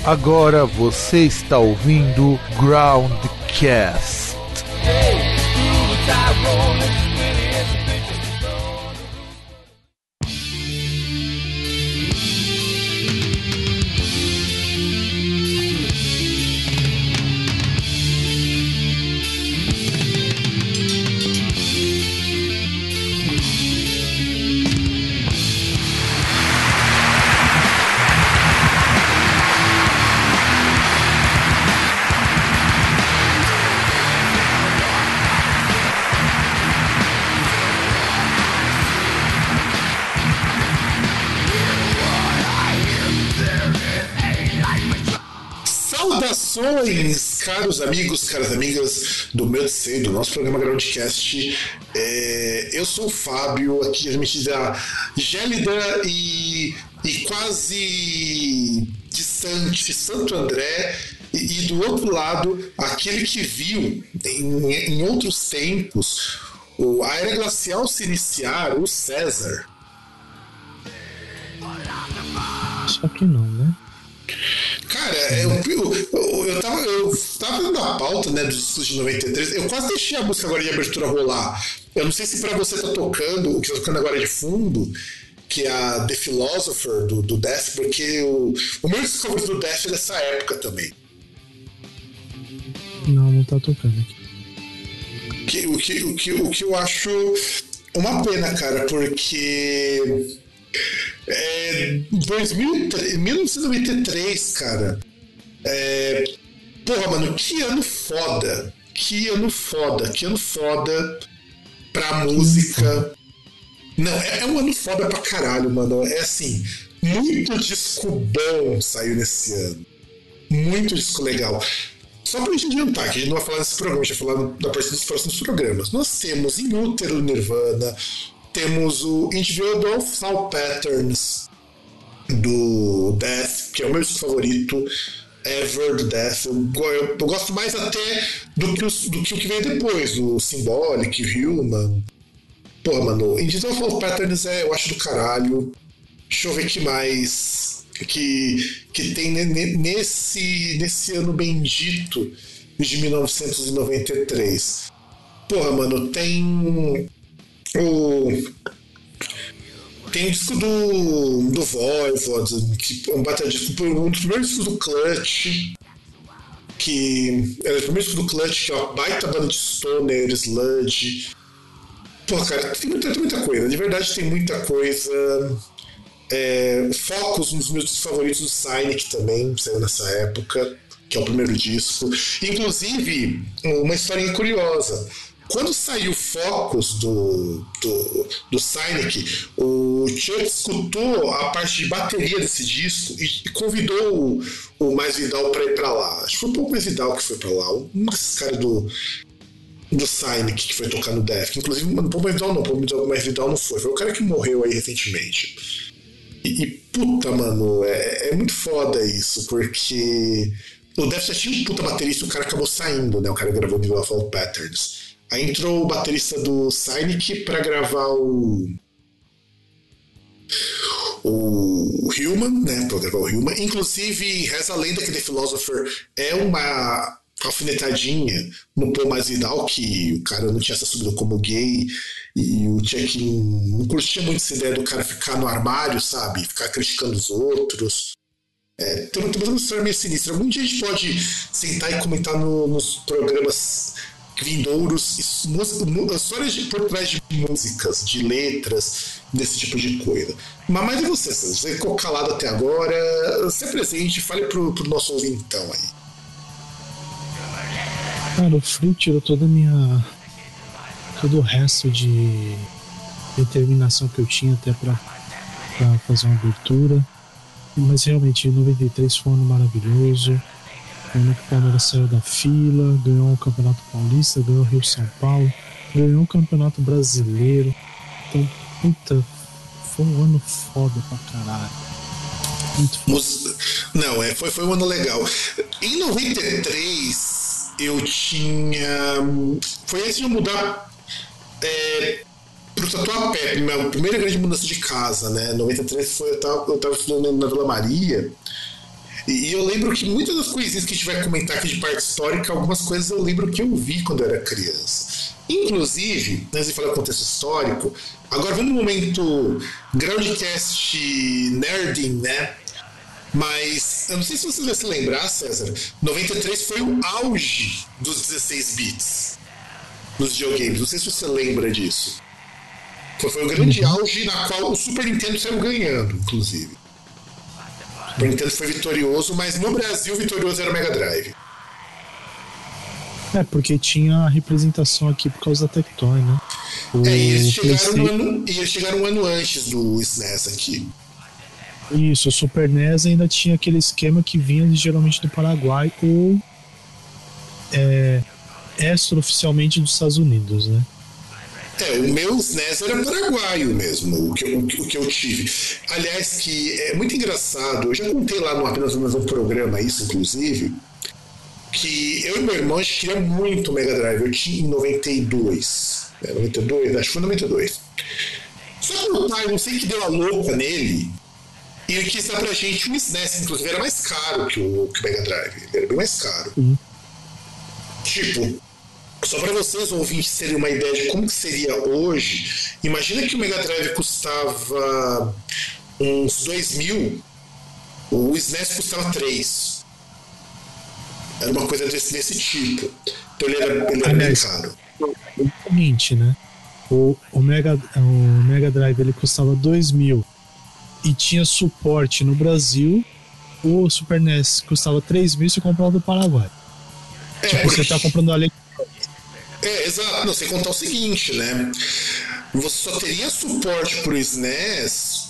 Agora você está ouvindo Groundcast. Saudações, caros amigos, caras amigas do meu TC, do nosso programa Groundcast. Eu sou o Fábio, aqui diretamente da gélida e quase distante Santo André, e do outro lado, aquele que viu em outros tempos a era glacial se iniciar, o César. Só que não, né? Cara, eu tava vendo a pauta, né, dos discos de 93. Eu quase deixei a música agora de abertura rolar. Eu não sei se pra você tá tocando, o que tá tocando agora de fundo, que é a The Philosopher do Death, porque o meu disco favorito do Death é dessa época também. Não tá tocando aqui. O que eu acho uma pena, cara, porque 1993, cara. Porra, mano, que ano foda pra música. Não, é um ano foda pra caralho, mano. É assim, muito disco bom saiu nesse ano. Muito disco legal. Só pra gente adiantar, que a gente não vai falar nesse programa, a gente vai falar da parte dos próximos programas. Nós temos In Utero Nirvana, temos o Individual Thought Patterns do Death, que é o meu disco favorito ever do Death. Eu gosto mais até do que o que veio depois, o Symbolic, Human. Porra, mano, Individual Thought Patterns eu acho do caralho. Deixa eu ver o que mais que tem nesse ano bendito de 1993. Porra, mano, tem o disco do Voivod, que é um dos primeiros discos do Clutch, que é o primeiro disco do Clutch, que é uma baita banda de stoner, sludge. Pô, cara, tem muita coisa, de verdade tem muita coisa. Focus, um dos meus favoritos do Cynic também, saiu nessa época, que é o primeiro disco. Inclusive, uma historinha curiosa. Quando saiu Focus do Cynic, o Chuck escutou a parte de bateria desse disco e convidou o Mais Vidal pra ir pra lá. Acho que foi o Paul Mais Vidal que foi pra lá. Um desses caras do Cynic que foi tocar no Death. Que, inclusive, o Paul Mais Vidal não foi. Foi o cara que morreu aí recentemente. E puta, mano, é muito foda isso, porque o Death já tinha um puta baterista e o cara acabou saindo, né? O cara gravou o Individual Thought Patterns. Aí entrou o baterista do Cynic pra gravar o Human, né? Pra gravar o Human. Inclusive, reza a lenda que The Philosopher é uma alfinetadinha no Paul Mais Vidal, que o cara não tinha se assumido como gay e o Chuck não curtia muito essa ideia do cara ficar no armário, sabe? Ficar criticando os outros. Tem uma história meio sinistra. Algum dia a gente pode sentar e comentar nos programas vindouros histórias por trás de músicas, de letras, desse tipo de coisa. Mas e você ficou calado até agora, se presente, fale pro nosso ouvintão aí. Cara, o frio tirou todo o resto de determinação que eu tinha até pra fazer uma abertura. Mas realmente, 93 foi um ano maravilhoso. O ano que o Palmeiras saiu da fila, ganhou o Campeonato Paulista, ganhou o Rio São Paulo, ganhou o Campeonato Brasileiro. Então, puta, foi um ano foda pra caralho. Muito foda. Não, foi um ano legal. Em 93, eu tinha. Foi antes de eu mudar pro Tatuapé, minha primeira grande mudança de casa, né? 93 foi, eu tava estudando na Vila Maria. E eu lembro que muitas das coisinhas que a gente vai comentar aqui de parte histórica, algumas coisas eu lembro que eu vi quando eu era criança. Inclusive, antes de falar do contexto histórico, agora vamos no momento Groundcast Nerding, né? Mas eu não sei se você vai se lembrar, César, 93 foi o auge dos 16 bits nos videogames. Não sei se você lembra disso. Foi um grande auge na qual o Super Nintendo saiu ganhando, inclusive. O Super Nintendo foi vitorioso, mas no Brasil o vitorioso era o Mega Drive. Porque tinha a representação aqui por causa da Tectoy, né? E eles chegaram um ano antes do SNES aqui. Isso, o Super NES ainda tinha aquele esquema que vinha geralmente do Paraguai ou extraoficialmente dos Estados Unidos, né? O meu SNES era paraguaio mesmo, o que eu tive. Aliás, que é muito engraçado, eu já contei lá no Apenas um Programa isso, inclusive, que eu e meu irmão a gente queria muito o Mega Drive. Eu tinha em 92. 92? Acho que foi 92. Só que meu pai, não sei que deu a louca nele, e ele quis dar pra gente um SNES, inclusive era mais caro que o Mega Drive. Ele era bem mais caro. Tipo, só para vocês ouvintes terem uma ideia de como que seria hoje, imagina que o Mega Drive custava uns 2.000, o SNES custava 3. Era uma coisa desse tipo. Então ele era bem caro. Exatamente, né? O Mega Drive ele custava 2.000 e tinha suporte no Brasil. O Super NES custava 3.000 se comprava do Paraguai. Você tá comprando a exato. Não, sem contar o seguinte, né? Você só teria suporte pro SNES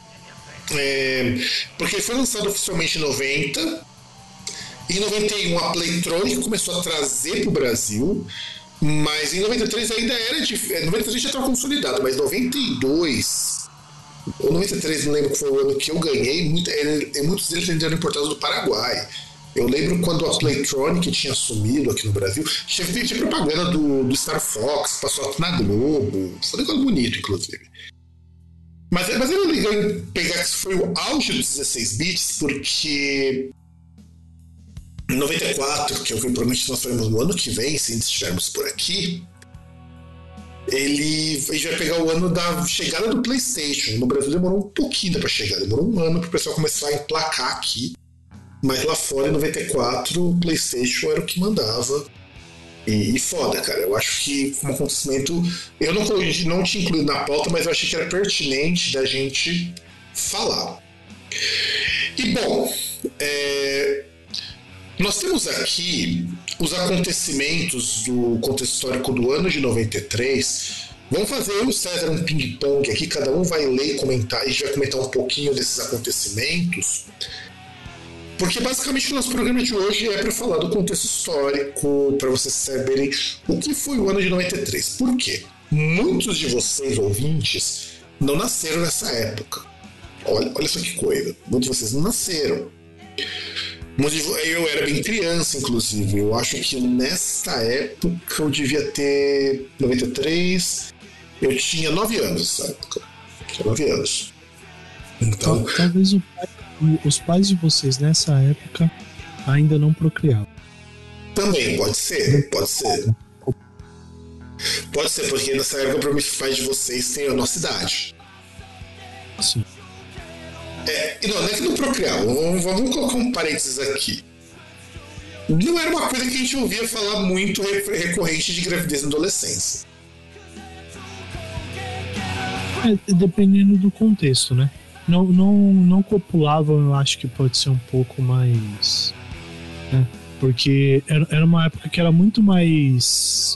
porque ele foi lançado oficialmente em 90. Em 91 a Playtronic começou a trazer pro Brasil, mas em 93 ainda era difícil. 93 já estava consolidado, mas 92 ou 93, não lembro que foi o ano que eu ganhei, muitos deles ainda eram importados do Paraguai. Eu lembro quando a Playtronic tinha assumido aqui no Brasil, tinha propaganda do Star Fox, passou aqui na Globo, foi um negócio bonito, inclusive. Mas eu não ligo em pegar que foi o auge dos 16 bits, porque em 94, que é o que provavelmente nós faremos no ano que vem, se ainda estivermos por aqui, a gente vai pegar o ano da chegada do PlayStation. No Brasil demorou um pouquinho para chegar, demorou um ano para o pessoal começar a emplacar aqui. Mas lá fora, em 94, o PlayStation era o que mandava. E foda, cara. Eu acho que foi um acontecimento. Eu não tinha incluído na pauta, mas eu achei que era pertinente da gente falar. E bom, nós temos aqui os acontecimentos do contexto histórico do ano de 93. Vamos fazer eu e o César um ping-pong aqui, cada um vai ler e comentar, a gente vai comentar um pouquinho desses acontecimentos, porque basicamente o nosso programa de hoje é para falar do contexto histórico, para vocês saberem o que foi o ano de 93. Por quê? Muitos de vocês, ouvintes, não nasceram nessa época. Olha só que coisa, muitos de vocês não nasceram. Eu era bem criança, inclusive. Eu acho que nessa época eu devia ter 93. Eu tinha 9 anos nessa época. Tinha 9 anos. Então. Talvez os pais de vocês nessa época ainda não procriavam. Também, pode ser. Pode ser, porque nessa época provavelmente os pais de vocês têm a nossa idade. Sim. Não é que não procriavam. Vamos colocar um parênteses aqui. Não era uma coisa que a gente ouvia falar muito recorrente de gravidez na adolescência. Dependendo do contexto, né? Não copulavam, eu acho que pode ser um pouco mais, né? Porque era uma época que era muito mais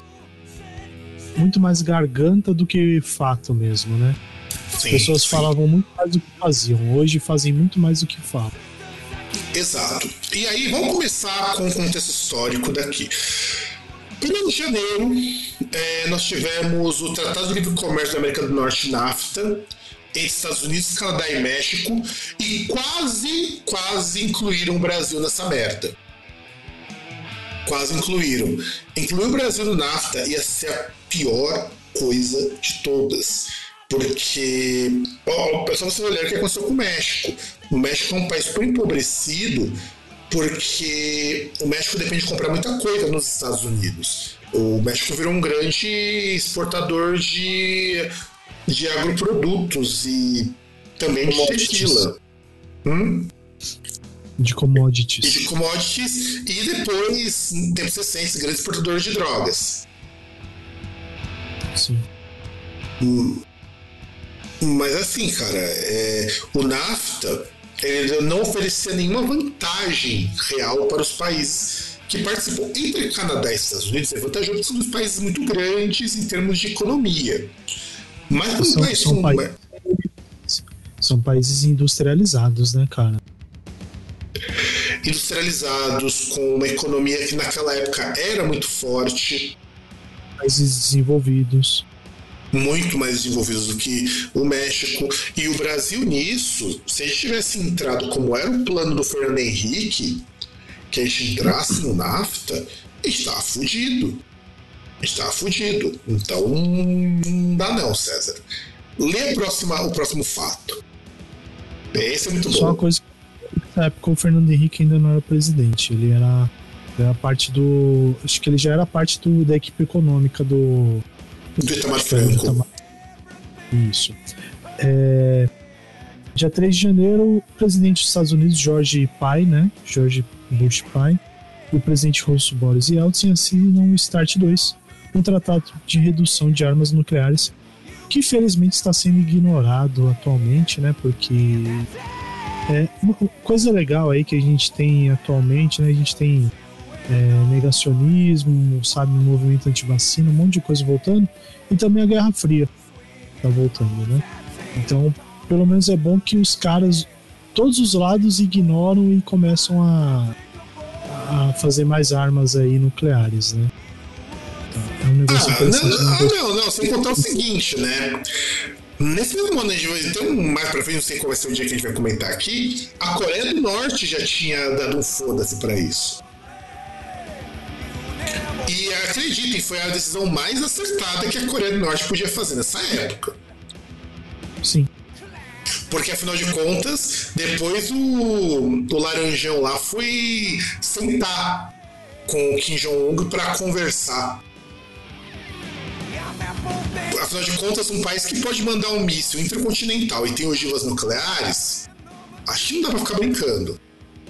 garganta do que fato mesmo, né? As pessoas falavam muito mais do que faziam. Hoje fazem muito mais do que falam. Exato. E aí, vamos começar com o contexto histórico daqui. 1º de janeiro, nós tivemos o Tratado de Livre Comércio da América do Norte, NAFTA, entre Estados Unidos, Canadá e México, e quase incluíram o Brasil nessa merda. Quase incluíram. Incluir o Brasil no NAFTA ia ser a pior coisa de todas. Porque, só você olhar o que aconteceu com o México. O México é um país super empobrecido porque o México depende de comprar muita coisa nos Estados Unidos. O México virou um grande exportador de agroprodutos e também de tequila. De commodities. E de commodities, e depois, em tempos recentes, grande exportador de drogas. Sim. Mas assim, cara, o NAFTA ele não oferecia nenhuma vantagem real para os países que participam. Entre Canadá e Estados Unidos, é vantajoso porque são dois países muito grandes em termos de economia. Mas são países industrializados, né, cara? Industrializados, com uma economia que naquela época era muito forte. Países desenvolvidos. Muito mais desenvolvidos do que o México. E o Brasil nisso, se a gente tivesse entrado como era o plano do Fernando Henrique, que a gente entrasse no NAFTA, a gente estava fudido. Então não dá não, César. Lê o próximo fato. Esse é muito bom. Só uma coisa, na época o Fernando Henrique ainda não era presidente. Ele era parte do... Acho que ele já era parte da equipe econômica do Itamar Franco. Isso. Dia 3 de janeiro, o presidente dos Estados Unidos, George Bush pai, e o presidente russo Boris Yeltsin assinam o START 2, um tratado de redução de armas nucleares que infelizmente está sendo ignorado atualmente, né? Porque uma coisa legal aí que a gente tem atualmente, né? A gente tem negacionismo, sabe, movimento anti-vacina, um monte de coisa voltando, e também a Guerra Fria tá voltando, né? Então, pelo menos é bom que os caras, todos os lados ignoram e começam a fazer mais armas aí nucleares, né? Então, é um negócio interessante. Não, sem contar o seguinte, né? Nesse mesmo ano, a gente vai ter mais pra frente, não sei qual vai ser o dia que a gente vai comentar aqui, a Coreia do Norte já tinha dado um foda-se pra isso. E acreditem, foi a decisão mais acertada que a Coreia do Norte podia fazer nessa época. Sim. Porque, afinal de contas, depois o Laranjão lá foi sentar com o Kim Jong-un para conversar. Afinal de contas, um país que pode mandar um míssil intercontinental e tem ogivas nucleares, acho que não dá para ficar brincando.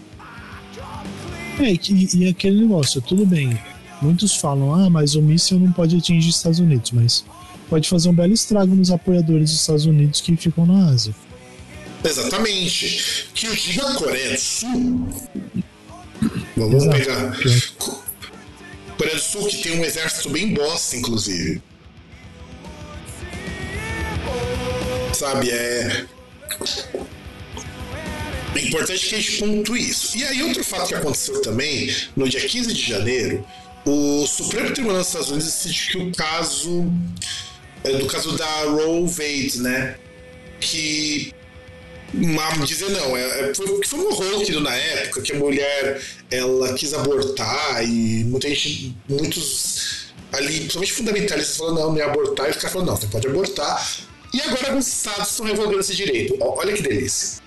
E aquele negócio, tudo bem. Muitos falam, mas o míssil não pode atingir os Estados Unidos, mas pode fazer um belo estrago nos apoiadores dos Estados Unidos que ficam na Ásia. Exatamente. Que eu diga a Coreia do Sul. Vamos pegar. Coreia do Sul, que tem um exército bem bosta, inclusive. Sabe, é importante que a gente pontue isso. E aí, outro fato que aconteceu também, no dia 15 de janeiro, o Supremo Tribunal dos Estados Unidos decidiu que o caso do caso da Roe Wade, né? Que dizer não, foi um horror que deu na época, que a mulher ela quis abortar e muitos ali, principalmente fundamentalistas, falaram não ia abortar, e os caras falaram não, você pode abortar. E agora alguns estados estão revogando esse direito. Olha que delícia.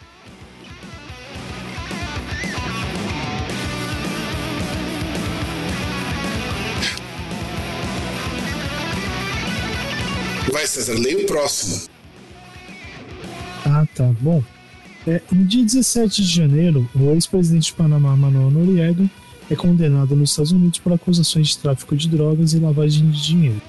Vai, César, leia o próximo. Tá bom. No dia 17 de janeiro, o ex-presidente de Panamá, Manuel Noriega, é condenado nos Estados Unidos por acusações de tráfico de drogas e lavagem de dinheiro.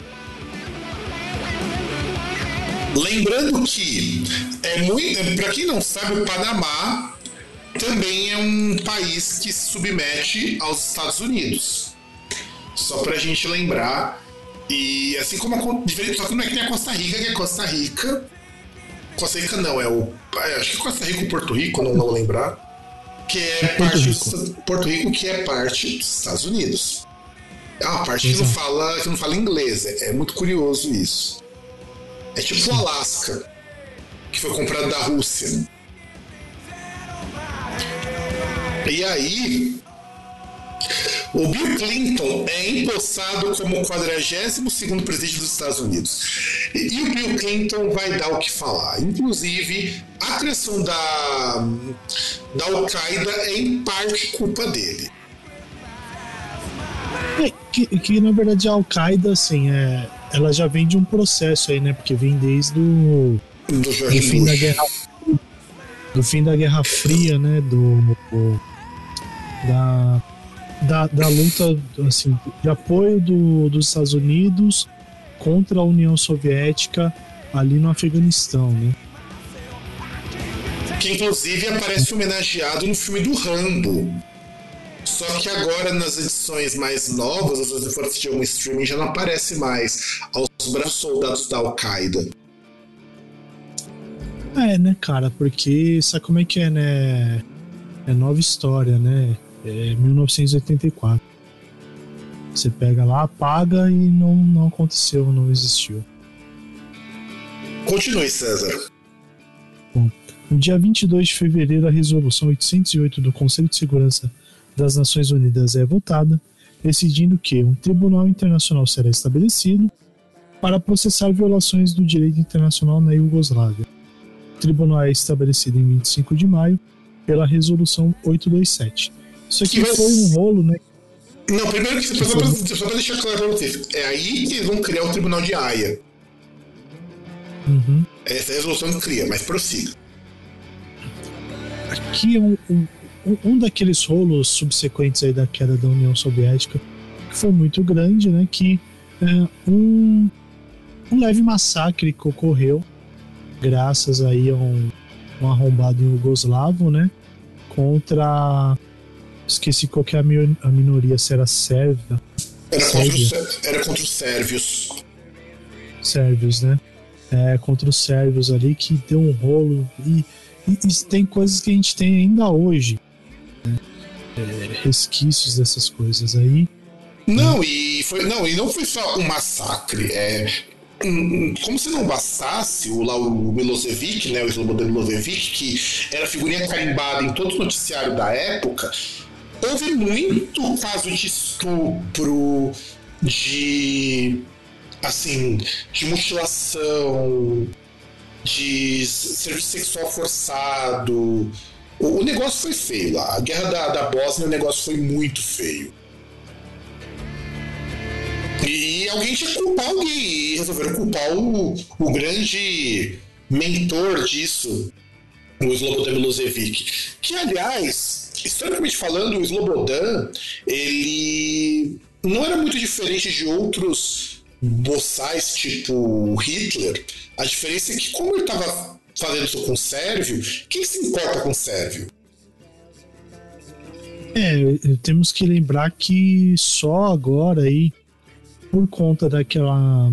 Lembrando que, para quem não sabe, o Panamá também é um país que se submete aos Estados Unidos. Só pra gente lembrar. E assim como diferente, só que não é que nem a Costa Rica, que é Costa Rica. Costa Rica não, acho que Costa Rica ou Porto Rico, não vou lembrar. Que é Porto Rico, que é parte dos Estados Unidos. É uma parte que não fala inglês. É muito curioso isso. É tipo o Alasca, que foi comprado da Rússia. E aí, O Bill Clinton é empossado como o 42º presidente dos Estados Unidos. E o Bill Clinton vai dar o que falar. Inclusive, a criação da Al-Qaeda é em parte culpa dele. Que na verdade a Al-Qaeda, assim, ela já vem de um processo aí, né? Porque vem desde do fim da Guerra, do fim da Guerra Fria, né? Da luta, assim, de apoio dos Estados Unidos contra a União Soviética ali no Afeganistão, né? Que inclusive aparece homenageado no filme do Rambo. Só que agora nas edições mais novas, as vezes for assistir um streaming, já não aparece mais aos braços soldados da Al-Qaeda. Né, cara, porque sabe como é que é, né? É nova história, né? É 1984. Você pega lá, apaga e não aconteceu, não existiu. Continue, César. Bom, no dia 22 de fevereiro, a resolução 808 do Conselho de Segurança das Nações Unidas é votada, decidindo que um tribunal internacional será estabelecido para processar violações do direito internacional na Iugoslávia. O tribunal é estabelecido em 25 de maio pela resolução 827. Isso aqui foi um rolo, né? Não, primeiro que só pra deixar claro pra vocês, é aí que eles vão criar o Tribunal de Haia. Uhum. Essa é a resolução que cria, mas prossiga. Aqui é um daqueles rolos subsequentes aí da queda da União Soviética, que foi muito grande, né? Que um leve massacre que ocorreu graças aí a um arrombado iugoslavo, né? Contra... Esqueci qual que é a minoria, se era sérvia. Era contra os sérvios. Sérvios, né? Contra os sérvios ali, que deu um rolo. E tem coisas que a gente tem ainda hoje, né? Resquícios dessas coisas aí. Não, e não foi só um massacre. Como se não bastasse, o Milosevic, né, o Slobodan Milosevic, que era figurinha carimbada em todo o noticiário da época, houve muito caso de estupro, de mutilação, de serviço sexual forçado. O negócio foi feio lá. A guerra da Bósnia, o negócio foi muito feio. E alguém tinha que culpar alguém, e resolveram culpar o grande mentor disso, o Slobodan Milosevic. Que, aliás, historicamente falando, o Slobodan, ele não era muito diferente de outros boçais, tipo Hitler. A diferença é que, como ele estava fazendo isso com o sérvio, quem se importa com o sérvio? Temos que lembrar que só agora aí, por conta daquela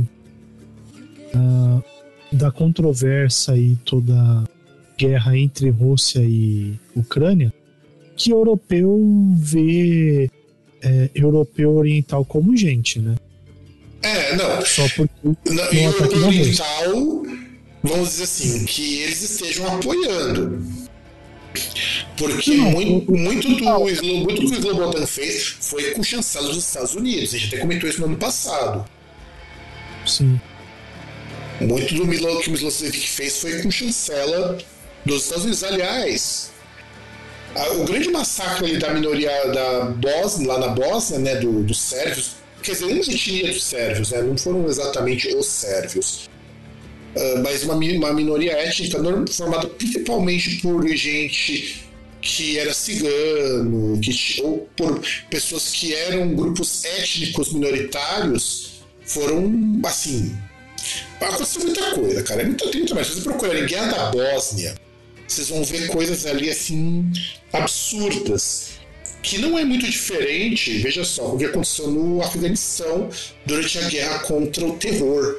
da controvérsia e toda a guerra entre Rússia e Ucrânia, que europeu vê europeu oriental como gente, né? Não. Só porque e o europeu oriental, vamos dizer assim, que eles estejam apoiando. Porque muito do que o Slobodan fez foi com o chanceler dos Estados Unidos. A gente até comentou isso no ano passado. Sim. Muito do que o Milosevic fez foi com o chanceler dos Estados Unidos. Aliás, o grande massacre ali da minoria da Bósnia, lá na Bósnia, né, dos sérvios, quer dizer, uma etnia dos sérvios, né, não foram exatamente os sérvios, mas uma minoria étnica formada principalmente por gente que era cigano, ou por pessoas que eram grupos étnicos minoritários, foram, assim... Aconteceu muita coisa, cara. Tem muito mais. Se vocês procurarem Guerra da Bósnia, vocês vão ver coisas ali, assim, absurdas. Que não é muito diferente, veja só, o que aconteceu no Afeganistão durante a guerra contra o terror.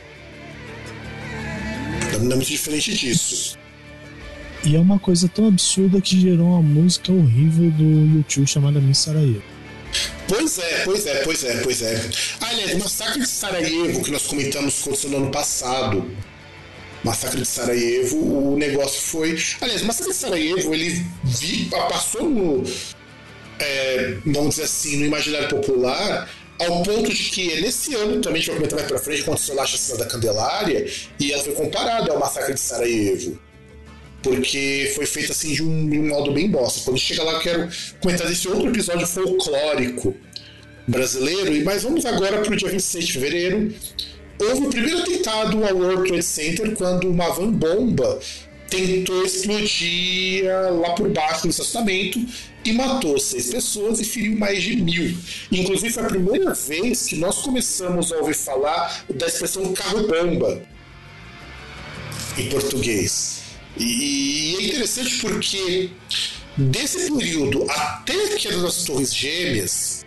Não é muito diferente disso. E é uma coisa tão absurda que gerou uma música horrível do YouTube chamada Miss Sarajevo. Pois é. Aliás, o massacre de Sarajevo, que nós comentamos aconteceu no ano passado. Massacre de Sarajevo, o negócio foi... Aliás, o massacre de Sarajevo, ele passou vamos dizer assim, no imaginário popular, ao ponto de que nesse ano, também a gente vai comentar mais pra frente, aconteceu lá a chacina da Candelária, e ela foi comparada ao massacre de Sarajevo. Porque foi feito assim de um modo bem bosta. Quando chega lá, eu quero comentar desse outro episódio folclórico brasileiro, mas vamos agora para o dia 26 de fevereiro. Houve o primeiro atentado ao World Trade Center quando uma van bomba tentou explodir lá por baixo do estacionamento e matou 6 pessoas e feriu mais de 1.000. Inclusive foi a primeira vez que nós começamos a ouvir falar da expressão carro-bomba em português. E é interessante porque desse período até a queda das Torres Gêmeas,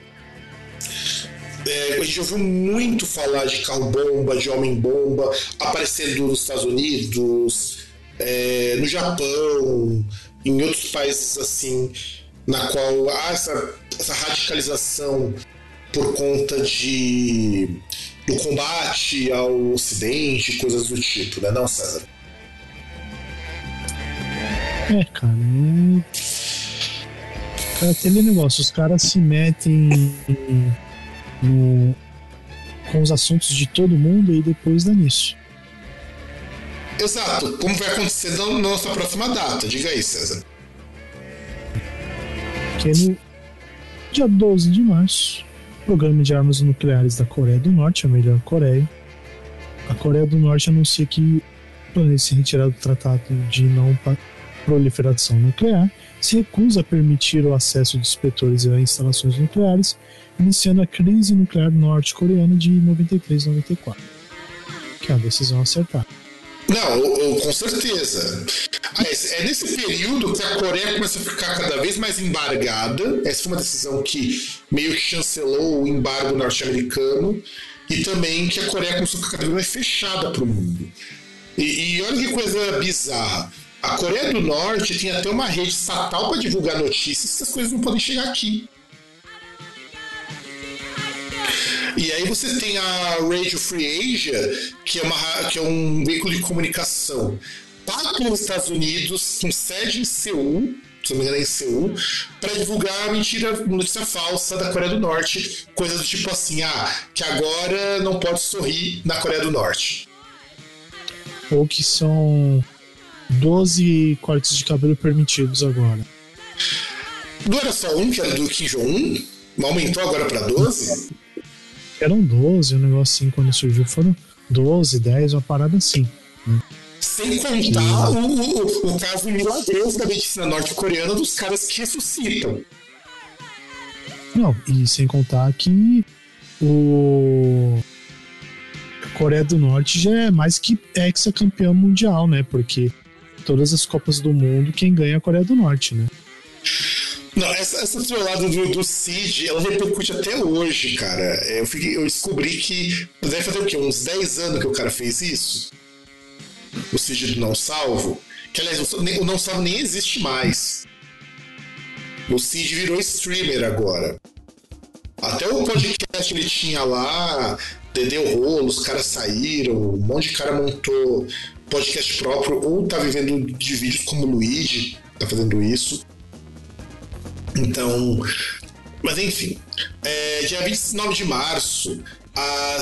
a gente ouviu muito falar de carro-bomba, de homem-bomba, aparecendo nos Estados Unidos, no Japão, em outros países assim, na qual há essa radicalização por conta do combate ao Ocidente, coisas do tipo, né, não, César? Cara, aquele negócio, os caras se metem com os assuntos de todo mundo e depois dá nisso. Exato, como vai acontecer na nossa próxima data, diga aí, César. Que é no dia 12 de março, o Programa de Armas Nucleares da Coreia do Norte, a melhor Coreia. A Coreia do Norte anuncia que planeja se retirar do Tratado de Não Proliferação Nuclear, se recusa a permitir o acesso de inspetores a instalações nucleares, iniciando a crise nuclear norte-coreana de 93-94. Que é uma decisão acertada. Não, com certeza. É nesse período que a Coreia começa a ficar cada vez mais embargada. Essa foi uma decisão que meio que chancelou o embargo norte-americano, e também que a Coreia começou a ficar cada vez mais fechada para o mundo. E olha que coisa bizarra. A Coreia do Norte tem até uma rede estatal para divulgar notícias, essas coisas não podem chegar aqui. E aí você tem a Radio Free Asia, que é um veículo de comunicação pago nos Estados Unidos, com sede em Seul, se não me engano é em Seul, para divulgar notícia falsa da Coreia do Norte, coisas do tipo assim, que agora não pode sorrir na Coreia do Norte. Ou que são 12 cortes de cabelo permitidos agora. Não era só um, que era do Kim Jong-un? Aumentou agora para 12? Eram 12, um negócio assim, quando surgiu foram 12, 10, uma parada assim, né? Sem contar o caso milagroso da medicina norte-coreana dos caras que ressuscitam. Não, e sem contar que a Coreia do Norte já é mais que ex-campeã mundial, né? Porque todas as Copas do Mundo, quem ganha é a Coreia do Norte, né? Não, essa trollada do Cid, ela repercute até hoje, cara. Eu descobri que deve fazer o quê? Uns 10 anos que o cara fez isso? O Cid do Não Salvo. Que, aliás, o Não Salvo nem existe mais. O Cid virou streamer agora. Até o podcast que ele tinha lá, deu rolo, os caras saíram, um monte de cara montou podcast próprio, ou tá vivendo de vídeos como o Luigi, tá fazendo isso. Então, mas enfim, dia 29 de março, a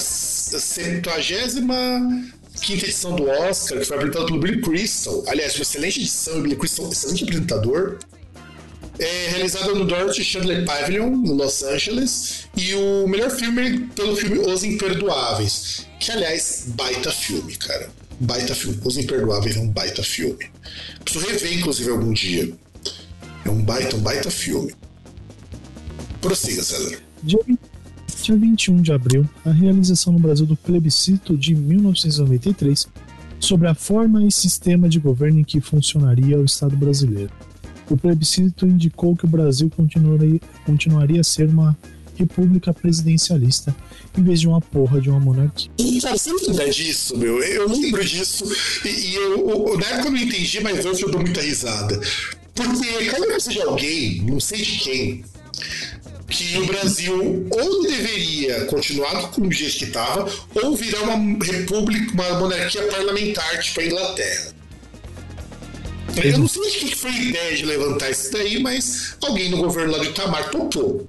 70ª edição do Oscar, que foi apresentada pelo Billy Crystal, aliás, uma excelente edição, o Billy Crystal, excelente apresentador, realizada no Dorothy Chandler Pavilion, em Los Angeles, e o melhor filme pelo filme Os Imperdoáveis, que, aliás, baita filme, cara. Baita filme. Os Imperdoáveis é um baita filme. Preciso rever, inclusive, algum dia. É um baita filme. Prossiga, César. Dia 21 de abril, a realização no Brasil do plebiscito de 1993 sobre a forma e sistema de governo em que funcionaria o Estado brasileiro. O plebiscito indicou que o Brasil continuaria a ser uma república presidencialista em vez de uma porra de uma monarquia. Cara, você lembra disso, meu? Eu lembro disso e na época eu não entendi, mas hoje eu dou muita risada. Porque cada vez de alguém, não sei de quem, que o Brasil ou deveria continuar com o jeito que estava, ou virar uma república, uma monarquia parlamentar, tipo a Inglaterra. Eu não sei de quem foi a ideia de levantar isso daí, mas alguém no governo lá do Itamar topou.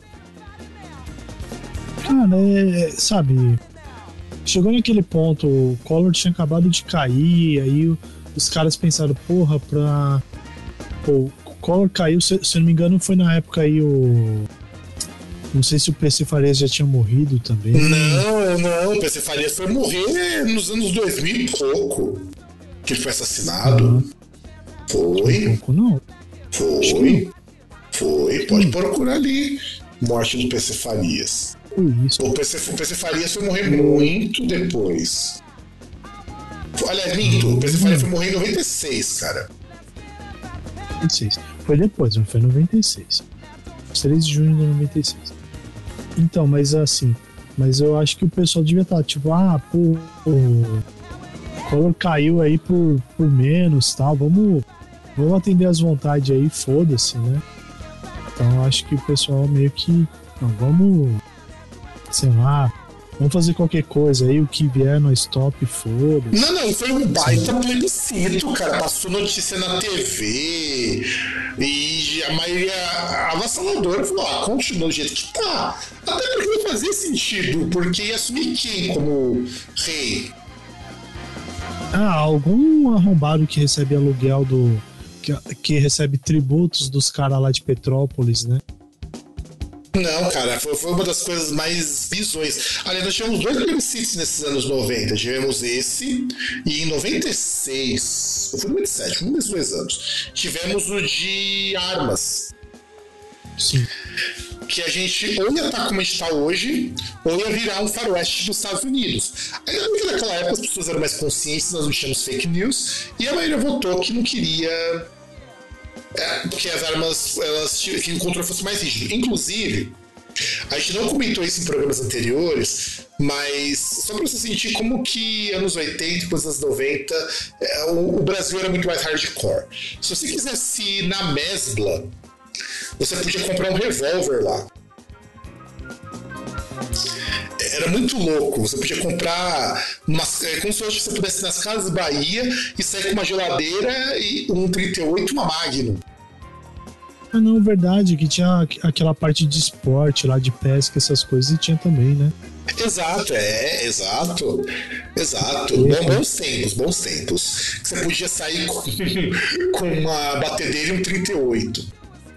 Cara, sabe, chegou naquele ponto, o Collor tinha acabado de cair, aí os caras pensaram, porra, o Collor caiu, se eu não me engano, foi na época aí Não sei se o PC Farias já tinha morrido também. Não, o PC Farias foi morrer nos anos 2000 e pouco. Que ele foi assassinado. Foi. Um pouco, não? Foi. Pode procurar ali. Morte do PC Farias. Isso. O PC Farias foi morrer muito depois. Aliás, minto. O PC Farias foi morrer em 96, cara. 96. Foi depois, mas foi em 96. 3 de junho de 96. Então, mas assim, mas eu acho que o pessoal devia estar tipo, o Collor caiu aí por menos, tal, vamos atender as vontades aí, foda-se, né? Então eu acho que o pessoal meio que, não, vamos, sei lá, vamos fazer qualquer coisa aí, o que vier no stop, foda-se. Não, foi um baita plebiscito, cara. Passou notícia na TV e a maioria avassaladora falou: continua do jeito que tá. Até porque não fazia sentido, porque ia assumir quem como rei? Algum arrombado que recebe aluguel que recebe tributos dos caras lá de Petrópolis, né? Não, cara, foi uma das coisas mais bizonhas. Aliás, nós tivemos 2 plebiscitos nesses anos 90. Tivemos esse, e em 96, ou foi 97, um desses 2 anos, tivemos o de armas. Sim. Que a gente ou ia estar como a gente está hoje, ou ia virar um faroeste dos Estados Unidos. Ainda bem que naquela época as pessoas eram mais conscientes, nós não tínhamos fake news, e a maioria votou que não queria que as armas, que o controle fosse mais rígido. Inclusive, a gente não comentou isso em programas anteriores, mas só para você sentir como que anos 80 e depois anos 90 o Brasil era muito mais hardcore. Se você quisesse ir na Mesbla, você podia comprar um revólver lá. Era muito louco. Você podia comprar como se você pudesse ir nas Casas Bahia e sair com uma geladeira e um 38 e uma Magnum. Não, verdade, que tinha aquela parte de esporte lá, de pesca, essas coisas, e tinha também, né? Exato. Bons tempos. Você podia sair com uma batedeira e um 38.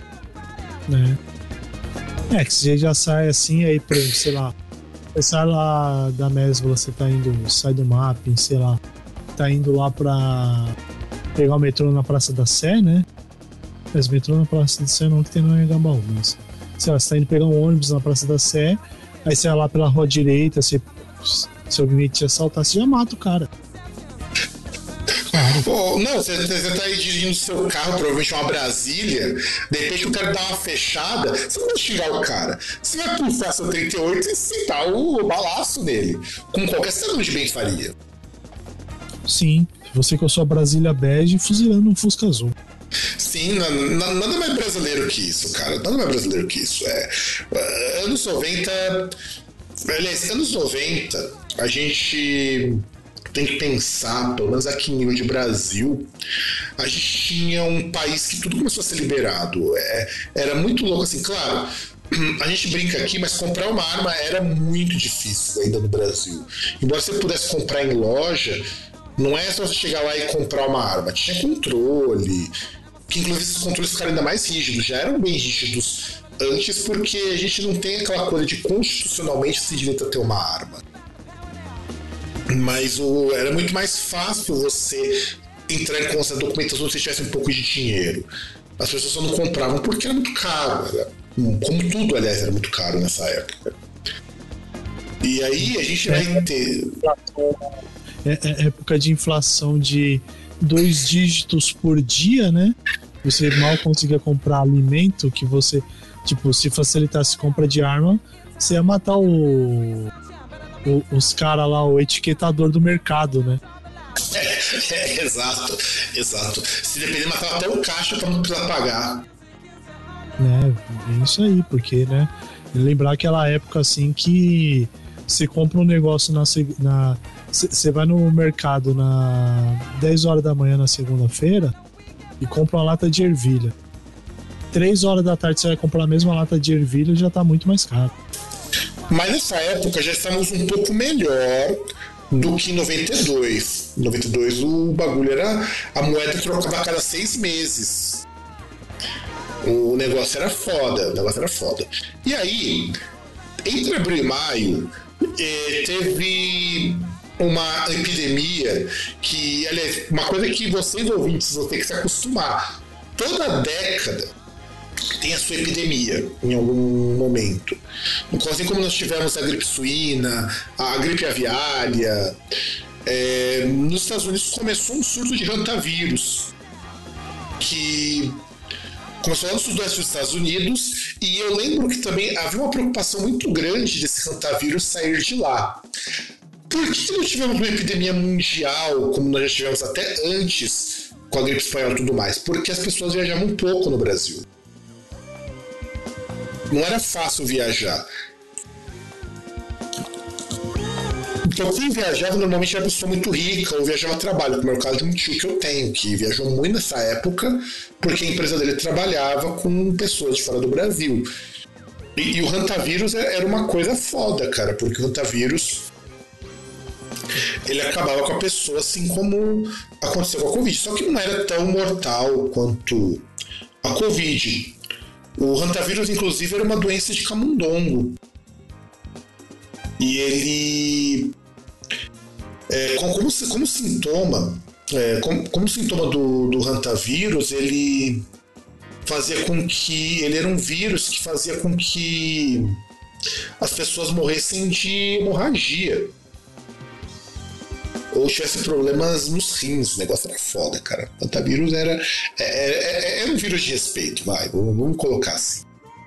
Que você já sai assim, aí, por exemplo, sei lá, você sai lá da Mesbla, você sai do mapping, sei lá, tá indo lá pra pegar o metrô na Praça da Sé, né? Mas metrô na Praça da Sé não, que tem no Anhangabaú, mas sei lá, você tá indo pegar um ônibus na Praça da Sé, aí você vai lá pela rua direita, se alguém te assaltar, você já mata o cara. Não, você tá aí dirigindo seu carro, provavelmente uma Brasília, de repente o cara dá uma fechada, você não vai xingar o cara. Você vai puxar seu 38 e sentar o balaço nele, como qualquer cidadão de bem faria. Sim, você com a sua Brasília bege fuzilando um Fusca azul. Sim, nada mais brasileiro que isso, cara. Nada mais brasileiro que isso. Anos 90. Aliás, anos 90, a gente tem que pensar, pelo menos aqui em nível de Brasil, a gente tinha um país que tudo começou a ser liberado. Era muito louco, assim, claro. A gente brinca aqui, mas comprar uma arma era muito difícil ainda no Brasil. Embora você pudesse comprar em loja, não é só você chegar lá e comprar uma arma. Tinha controle, que inclusive esses controles ficaram ainda mais rígidos. Já eram bem rígidos antes, porque a gente não tem aquela coisa de constitucionalmente se direito a ter uma arma. Mas era muito mais fácil você entrar em conta da documentação se você tivesse um pouco de dinheiro. As pessoas só não compravam porque era muito caro. Como tudo, aliás, era muito caro nessa época. E aí a gente vai ter... época de inflação de 2 dígitos por dia, né? Você mal conseguia comprar alimento, que você, tipo, se facilitasse compra de arma, você ia matar os caras lá, o etiquetador do mercado, né? Exato. Se depender, matava até o caixa pra não precisar pagar. É isso aí, porque, né? Lembrar aquela época assim que você compra um negócio você vai no mercado na 10 horas da manhã na segunda-feira, e compra uma lata de ervilha. 3 horas da tarde você vai comprar a mesma lata de ervilha, já tá muito mais caro. Mas nessa época já estávamos um pouco melhor do que em 92. Em 92 o bagulho era... A moeda trocava a cada 6 meses. O negócio era foda. E aí, entre abril e maio, teve uma epidemia que, aliás, uma coisa que vocês ouvintes vão ter que se acostumar. Toda década tem a sua epidemia em algum momento. Então, assim como nós tivemos a gripe suína, a gripe aviária, nos Estados Unidos começou um surto de hantavírus, que começou lá no sudoeste dos Estados Unidos, e eu lembro que também havia uma preocupação muito grande desse hantavírus sair de lá. Por que não tivemos uma epidemia mundial, como nós já tivemos até antes, com a gripe espanhola e tudo mais? Porque as pessoas viajavam um pouco no Brasil. Não era fácil viajar. Então quem viajava normalmente era pessoa muito rica ou viajava a trabalho, como é o caso de um tio que eu tenho, que viajou muito nessa época porque a empresa dele trabalhava com pessoas de fora do Brasil. E o hantavírus era uma coisa foda, cara, porque o hantavírus ele acabava com a pessoa assim como aconteceu com a Covid, só que não era tão mortal quanto a Covid. O hantavírus, inclusive, era uma doença de camundongo. E ele, como sintoma do hantavírus, ele fazia com que... Ele era um vírus que fazia com que as pessoas morressem de hemorragia. Ou tivesse problemas nos rins. O negócio era foda, cara. O hantavírus era um vírus de respeito, vamos colocar assim.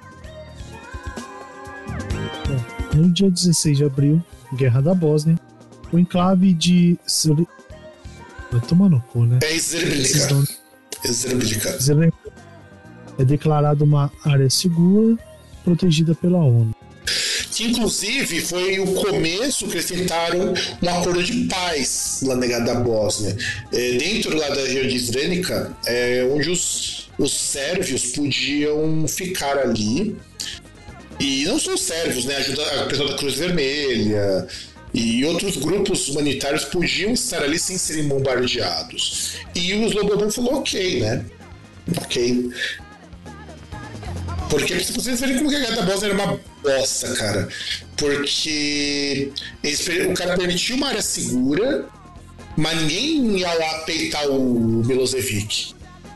No dia 16 de abril, Guerra da Bósnia, o enclave de... Vai tomar no cu, né? Srebrenica. É declarado uma área segura, protegida pela ONU. Que inclusive foi o começo que eles tentaram um acordo de paz lá na Guerra da Bósnia. Dentro lá da região de Srebrenica, onde os sérvios podiam ficar ali. E não só os sérvios, né? Ajuda a pessoa da Cruz Vermelha e outros grupos humanitários podiam estar ali sem serem bombardeados. E o Slobodan falou ok, né? Ok. Porque pra vocês verem como que a Guerra da Bósnia era uma bosta, cara. Porque o cara permitiu uma área segura, mas ninguém ia lá peitar o Milosevic.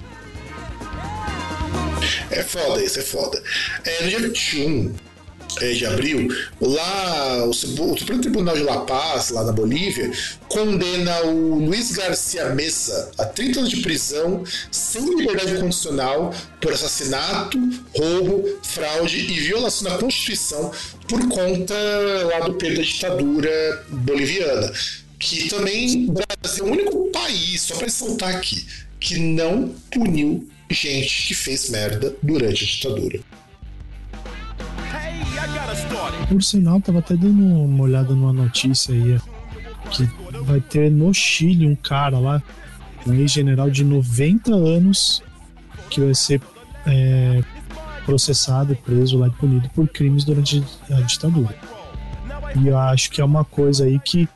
É foda, isso é foda. No dia 21 de abril, lá o Supremo Tribunal de La Paz, lá na Bolívia, condena o Luiz Garcia Mesa a 30 anos de prisão sem liberdade condicional por assassinato, roubo, fraude e violação da Constituição por conta lá do período da ditadura boliviana. Que também o Brasil é o único país, só para ressaltar aqui, que não puniu gente que fez merda durante a ditadura. Por sinal, tava até dando uma olhada numa notícia aí que vai ter no Chile um cara lá, um ex-general de 90 anos que vai ser processado, preso lá e punido por crimes durante a ditadura. E eu acho que é uma coisa aí que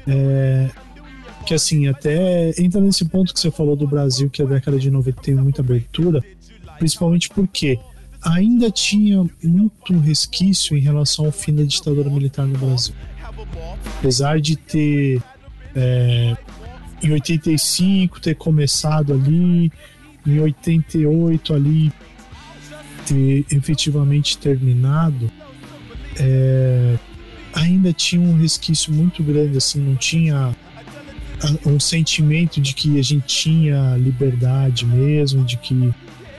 assim, até entra nesse ponto que você falou do Brasil, que a década de 90 tem muita abertura, principalmente porque ainda tinha muito resquício em relação ao fim da ditadura militar no Brasil. Apesar de ter em 85 ter começado ali, em 88 ali ter efetivamente terminado, ainda tinha um resquício muito grande, assim, não tinha um sentimento de que a gente tinha liberdade mesmo, de que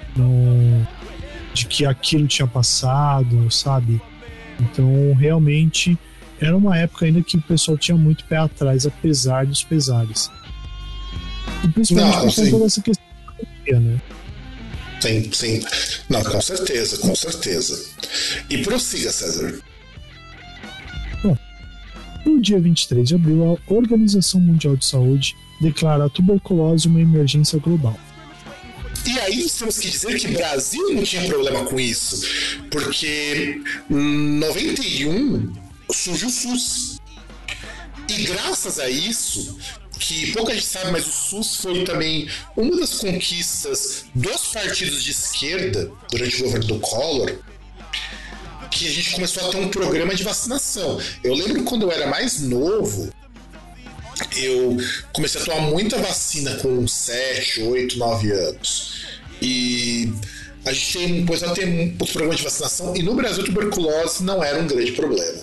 aquilo tinha passado, sabe? Então, realmente, era uma época ainda que o pessoal tinha muito pé atrás, apesar dos pesares. E principalmente por conta dessa questão da pandemia, né? Sim. Não, com certeza. E prossiga, César. Bom, no dia 23 de abril, a Organização Mundial de Saúde declara a tuberculose uma emergência global. E aí nós temos que dizer que o Brasil não tinha problema com isso, porque em 91 surgiu o SUS. E graças a isso, que pouca gente sabe, mas o SUS foi também uma das conquistas dos partidos de esquerda durante o governo do Collor, que a gente começou a ter um programa de vacinação. Eu lembro quando eu era mais novo, eu comecei a tomar muita vacina com 7, 8, 9 anos. E a gente começou a ter os programas de vacinação, e no Brasil a tuberculose não era um grande problema.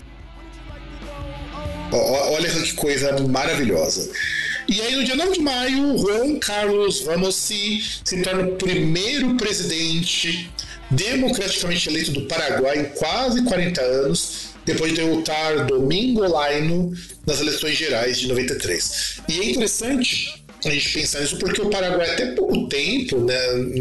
Olha que coisa maravilhosa. E aí no dia 9 de maio, Juan Carlos Ramos se torna o primeiro presidente democraticamente eleito do Paraguai em quase 40 anos, depois de derrotar Domingo Laino nas eleições gerais de 93. E é interessante a gente pensar nisso, porque o Paraguai até pouco tempo, né,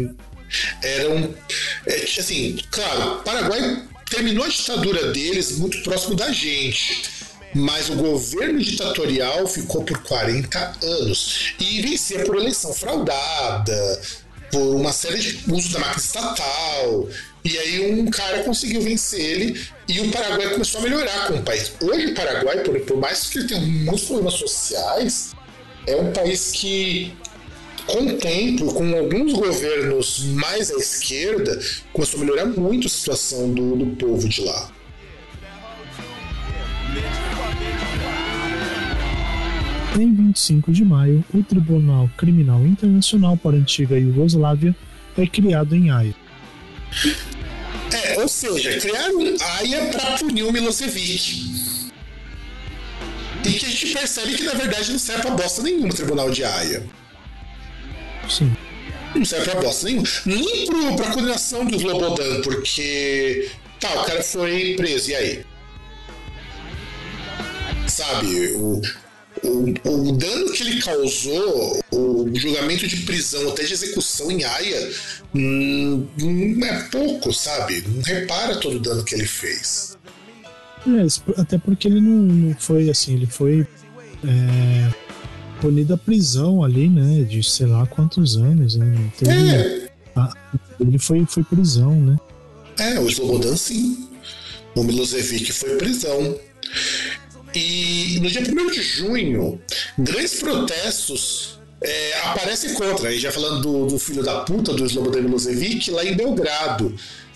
assim, claro, o Paraguai terminou a ditadura deles muito próximo da gente, mas o governo ditatorial ficou por 40 anos e vencia por eleição fraudada, por uma série de uso da máquina estatal. E aí um cara conseguiu vencer ele e o Paraguai começou a melhorar como país. Hoje o Paraguai, por mais que ele tenha muitos problemas sociais, é um país que, com o tempo, com alguns governos mais à esquerda, começou a melhorar muito a situação do povo de lá. Em 25 de maio, o Tribunal Criminal Internacional para a antiga Iugoslávia é criado em Haia. Ou seja, criaram Haia para punir o Milosevic. E que a gente percebe que na verdade não serve pra bosta nenhuma o Tribunal de Haia. Sim. Não serve pra bosta nenhuma. Nem pra condenação do Slobodan, porque o cara foi preso, e aí? Sabe, o dano que ele causou, o julgamento de prisão até de execução em Haia, é pouco, sabe? Não repara todo o dano que ele fez. Até porque ele não foi assim, ele foi punido a prisão ali, né? De sei lá quantos anos, né? Ele foi prisão, né? O Slobodan sim. O Milosevic foi prisão. E no dia 1º de junho, grandes protestos aparecem contra, aí já falando do filho da puta do Slobodan Milosevic, lá em Belgrado.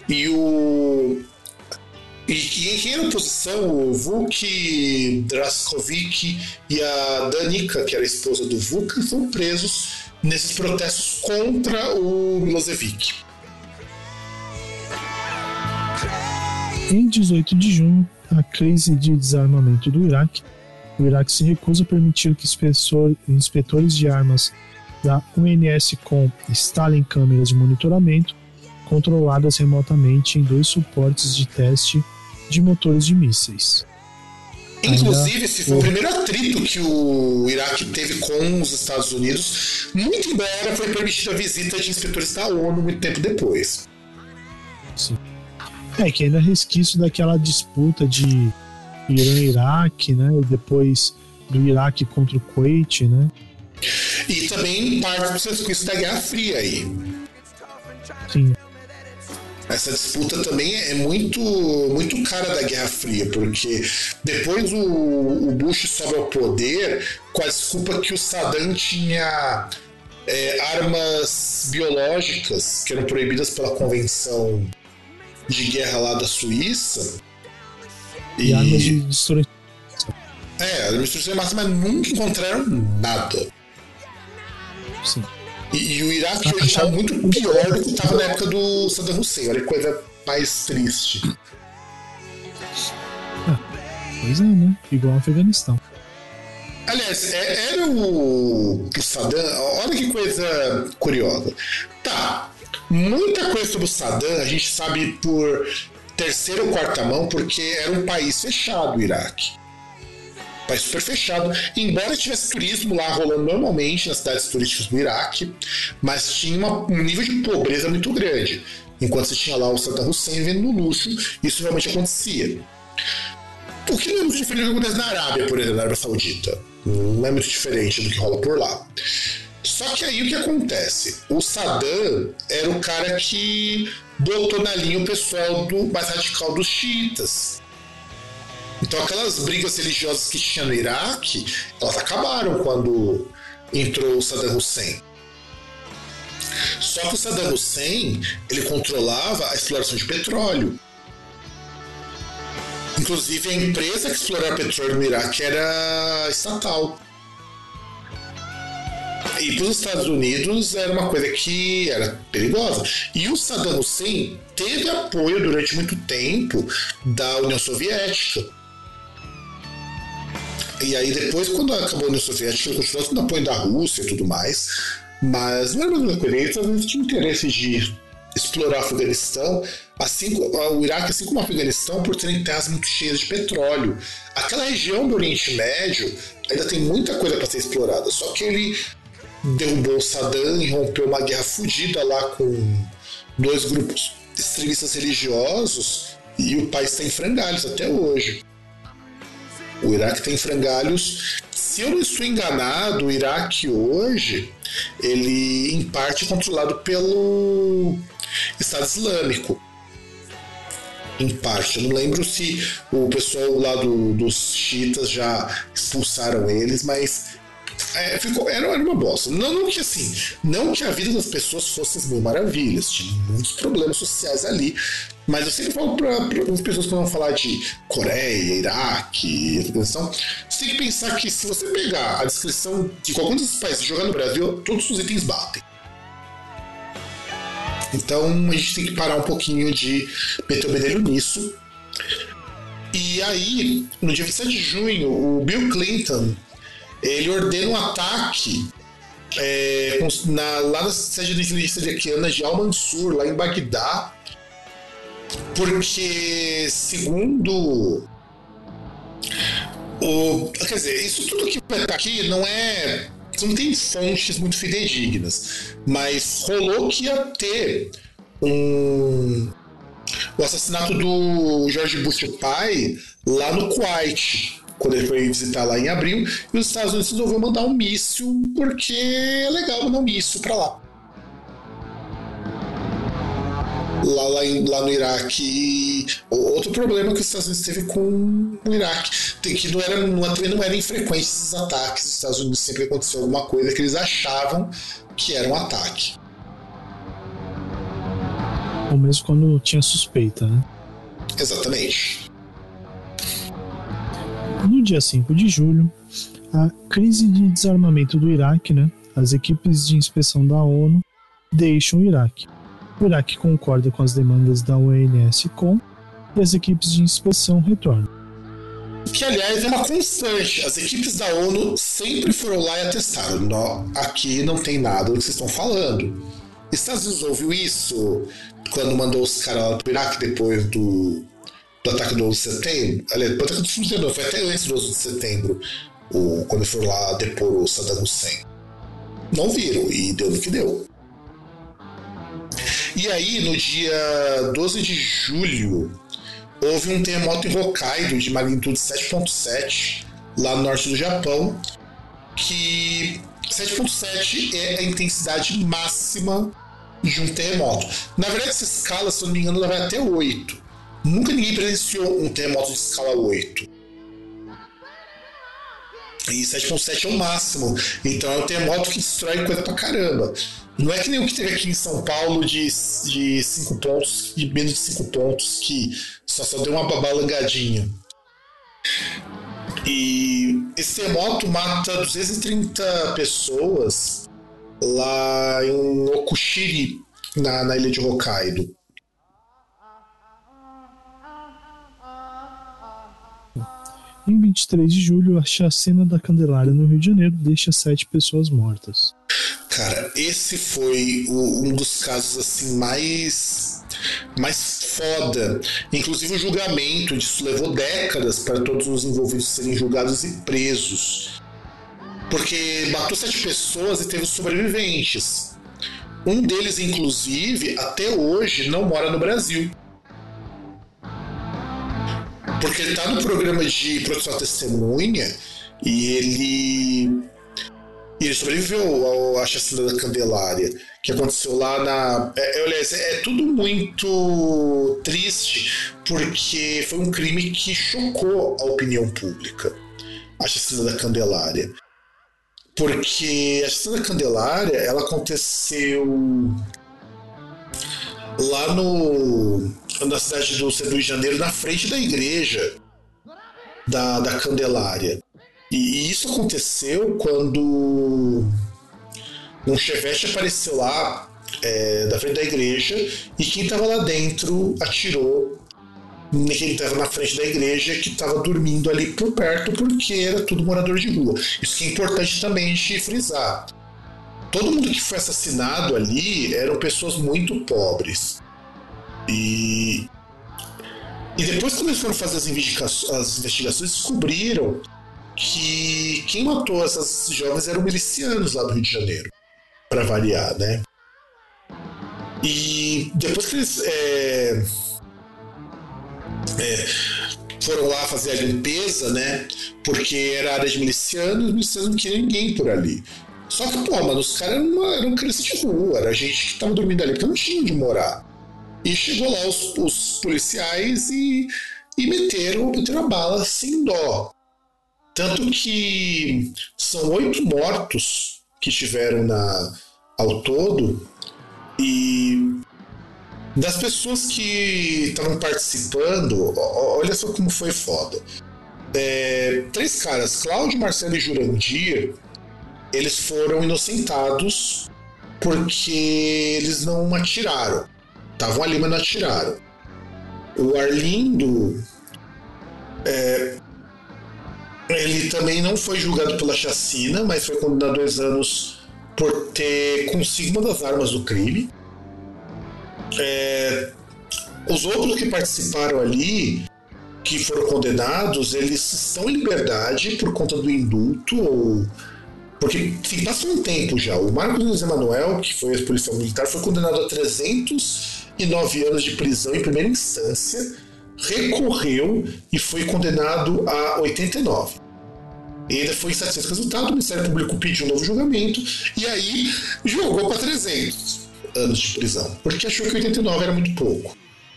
E quem era oposição, o Vuk Drašković e a Danica, que era a esposa do Vuk, foram presos nesses protestos contra o Milosevic. Em 18 de junho, a crise de desarmamento do Iraque. O Iraque se recusa a permitir que inspetores de armas da UNSCOM instalem câmeras de monitoramento controladas remotamente em 2 suportes de teste de motores de mísseis. Inclusive, esse foi o primeiro atrito que o Iraque teve com os Estados Unidos, muito embora foi permitida a visita de inspetores da ONU muito tempo depois. Sim. Que ainda é resquício daquela disputa de Irã e Iraque, né? E depois do Iraque contra o Kuwait, né? E também parte do resquício da Guerra Fria aí. Sim. Essa disputa também é muito, muito cara da Guerra Fria, porque depois o Bush sobe ao poder com a desculpa que o Saddam tinha armas biológicas que eram proibidas pela Convenção de Guerra lá da Suíça. E armas de destruição. Armas de destruição máxima, mas nunca encontraram nada. Sim. E o Iraque hoje está muito pior do que estava na época do Saddam Hussein. Olha que coisa mais triste. Pois é, né? Igual o Afeganistão. Aliás, era o Saddam. Olha que coisa curiosa. Muita coisa sobre o Saddam a gente sabe por terceira ou quarta mão, porque era um país fechado, o Iraque. País super fechado, embora tivesse turismo lá rolando normalmente nas cidades turísticas do Iraque, mas tinha um nível de pobreza muito grande. Enquanto você tinha lá o Saddam Hussein vivendo no luxo, isso realmente acontecia. O que não é muito diferente do que acontece na Arábia, por exemplo, na Arábia Saudita. Não é muito diferente do que rola por lá. Só que aí o que acontece? O Saddam era o cara que botou na linha o pessoal mais radical dos xiitas. Então aquelas brigas religiosas que tinha no Iraque, elas acabaram quando entrou o Saddam Hussein. Só que o Saddam Hussein, ele controlava a exploração de petróleo. Inclusive a empresa que explorava petróleo no Iraque era estatal. E para os Estados Unidos era uma coisa que era perigosa. E o Saddam Hussein teve apoio durante muito tempo da União Soviética. E aí depois, quando acabou a União Soviética, ele continuou tendo apoio da Rússia e tudo mais. Mas não era a mesma coisa. Eles talvez tinham interesse de explorar o Afeganistão, o Iraque, assim como o Afeganistão, por terem terras muito cheias de petróleo. Aquela região do Oriente Médio ainda tem muita coisa para ser explorada. Só que ele derrubou o Saddam e rompeu uma guerra fodida lá com 2 grupos extremistas religiosos, e o país está em frangalhos até hoje. O Iraque tem frangalhos. Se eu não estou enganado, o Iraque hoje, ele em parte é controlado pelo Estado Islâmico. Em parte. Eu não lembro se o pessoal lá dos xiitas já expulsaram eles, mas era uma bosta. Não que a vida das pessoas fosse as mil maravilhas, tinha muitos problemas sociais ali, mas eu sempre falo para as pessoas que vão falar de Coreia, Iraque, Afeganistão, você tem que pensar que se você pegar a descrição de qualquer um desses países e jogar no Brasil, todos os itens batem. Então a gente tem que parar um pouquinho de meter o bedelho nisso. E aí, no dia 27 de junho, o Bill Clinton ele ordena um ataque lá na sede da inteligência iraquiana de Al-Mansur, lá em Bagdá, porque, segundo quer dizer, isso tudo que vai estar aqui não tem fontes muito fidedignas, mas rolou que ia ter o assassinato do George Bush pai lá no Kuwait, quando ele foi visitar lá em abril, e os Estados Unidos resolveu mandar um míssil, porque é legal mandar um míssil pra lá. Lá no Iraque. Outro problema que os Estados Unidos teve com o Iraque, que não era infrequente esses ataques. Os Estados Unidos sempre aconteceu alguma coisa que eles achavam que era um ataque. Ou mesmo quando tinha suspeita, né? Exatamente. No dia 5 de julho, a crise de desarmamento do Iraque, né? As equipes de inspeção da ONU deixam o Iraque. O Iraque concorda com as demandas da ONS-COM e as equipes de inspeção retornam. Que, aliás, é uma constante. As equipes da ONU sempre foram lá e atestaram. Aqui não tem nada do que vocês estão falando. Estados Unidos ouviu isso quando mandou os caras lá pro Iraque depois do ataque do 11 de setembro. Aliás, o ataque do 11 de setembro foi até antes do 11 de setembro, quando foram lá depor o Saddam Hussein. Não viram, e deu no que deu. E aí, no dia 12 de julho, houve um terremoto em Hokkaido de magnitude 7.7, lá no norte do Japão, que 7.7 é a intensidade máxima de um terremoto. Na verdade, essa escala, se eu não me engano, ela vai até 8. Nunca ninguém presenciou um terremoto de escala 8. E 7.7 é o máximo. Então é um terremoto que destrói coisa pra caramba. Não é que nem o que teve aqui em São Paulo de 5 pontos, de menos de 5 pontos, que só deu uma balangadinha. E esse terremoto mata 230 pessoas lá em Okushiri, na ilha de Hokkaido. Em 23 de julho, a chacina da Candelária no Rio de Janeiro deixa 7 pessoas mortas. Cara, esse foi um dos casos assim mais foda. Inclusive o julgamento disso levou décadas para todos os envolvidos serem julgados e presos. Porque matou 7 pessoas e teve sobreviventes. Um deles, inclusive, até hoje não mora no Brasil. Porque ele tá no programa de proteção à testemunha e ele E ele sobreviveu à chacina da Candelária, que aconteceu lá na... Aliás, é tudo muito triste, porque foi um crime que chocou a opinião pública, a chacina da Candelária. Porque a chacina da Candelária, ela aconteceu lá na cidade do Rio de Janeiro, na frente da igreja da Candelária. E isso aconteceu quando um chevette apareceu lá da frente da igreja e quem estava lá dentro atirou quem estava na frente da igreja, que estava dormindo ali por perto, porque era tudo morador de rua. Isso que é importante também de frisar. Todo mundo que foi assassinado ali eram pessoas muito pobres. E depois que eles foram fazer as investigações, descobriram que quem matou essas jovens eram milicianos lá do Rio de Janeiro, para variar, né? E depois que eles foram lá fazer a limpeza, né? Porque era área de milicianos, os milicianos não queriam ninguém por ali. Só que, pô, mano, os caras eram crianças de rua, era gente que tava dormindo ali porque não tinha onde morar. E chegou lá os policiais e meteram a bala sem dó. Tanto que são 8 mortos que tiveram ao todo, e das pessoas que estavam participando, olha só como foi foda. 3 caras, Cláudio, Marcelo e Jurandir, eles foram inocentados porque eles não atiraram. Estavam ali, mas não atiraram. O Arlindo... ele também não foi julgado pela chacina, mas foi condenado a 2 anos por ter consigo uma das armas do crime. Os outros que participaram ali, que foram condenados, eles estão em liberdade por conta do indulto, porque passou um tempo já. O Marcos José Manuel, que foi ex-policial militar, foi condenado a 309 anos de prisão em primeira instância, recorreu e foi condenado a 89. E ainda foi insatisfeito com o resultado, o Ministério Público pediu um novo julgamento e aí jogou para 300 anos de prisão, porque achou que 89 era muito pouco.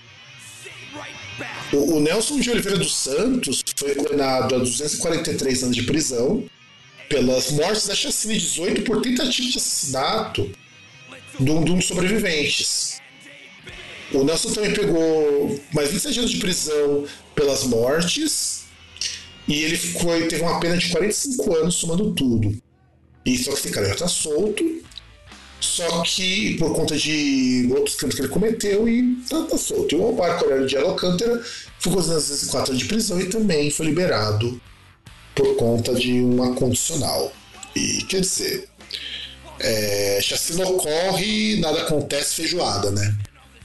O Nelson de Oliveira dos Santos foi condenado a 243 anos de prisão pelas mortes da chacina, 18 por tentativa de assassinato de um dos sobreviventes. O Nelson também pegou mais 27 anos de prisão pelas mortes e ele teve uma pena de 45 anos somando tudo. E só que esse cara já está solto, só que por conta de outros crimes que ele cometeu e tá solto. E o Marco Aurélio de Alcântara foi condenado a 4 anos de prisão e também foi liberado por conta de uma condicional. E quer dizer, chacina ocorre, nada acontece, feijoada, né?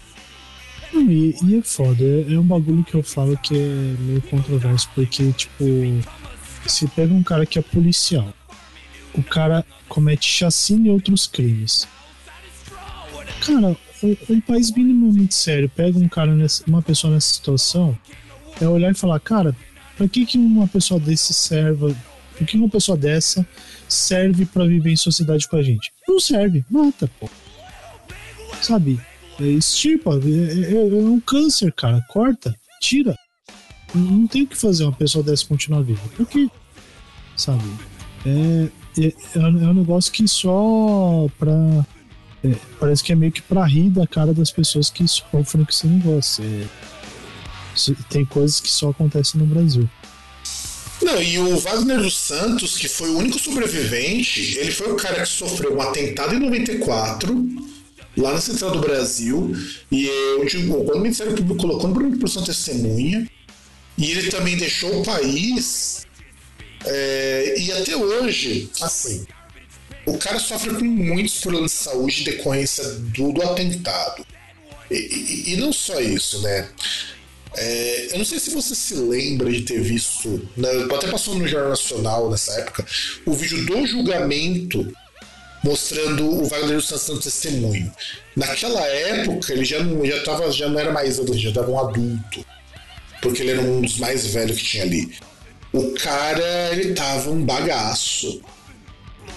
E é foda, é um bagulho que eu falo que é meio controverso, porque, tipo, se pega um cara que é policial, o cara comete chacina e outros crimes. Cara, um país minimamente sério pega um cara uma pessoa nessa situação, é olhar e falar, cara, pra que uma pessoa desse serve? Por que uma pessoa dessa serve pra viver em sociedade com a gente? Não serve, mata, pô. Sabe? Extirpa, é um câncer, cara. Corta, tira. Não tem o que fazer uma pessoa dessa continuar viva. Porque, sabe? É um negócio que só pra. Parece que é meio que pra rir da cara das pessoas que sofrem com esse negócio. Tem coisas que só acontecem no Brasil. Não, e o Wagner dos Santos, que foi o único sobrevivente, ele foi o cara que sofreu um atentado em 94, lá na Central do Brasil, e quando o Ministério Público colocou no Bruno de Produção Testemunha, e ele também deixou o país, e até hoje, assim, o cara sofre com muitos problemas de saúde em decorrência do atentado. E não só isso, né? Eu não sei se você se lembra de ter visto, né, até passou no Jornal Nacional nessa época, o vídeo do julgamento mostrando o Wagner dos Santos no testemunho. Naquela época ele já não era mais adolescente, já estava um adulto, porque ele era um dos mais velhos que tinha ali. O cara, ele tava um bagaço.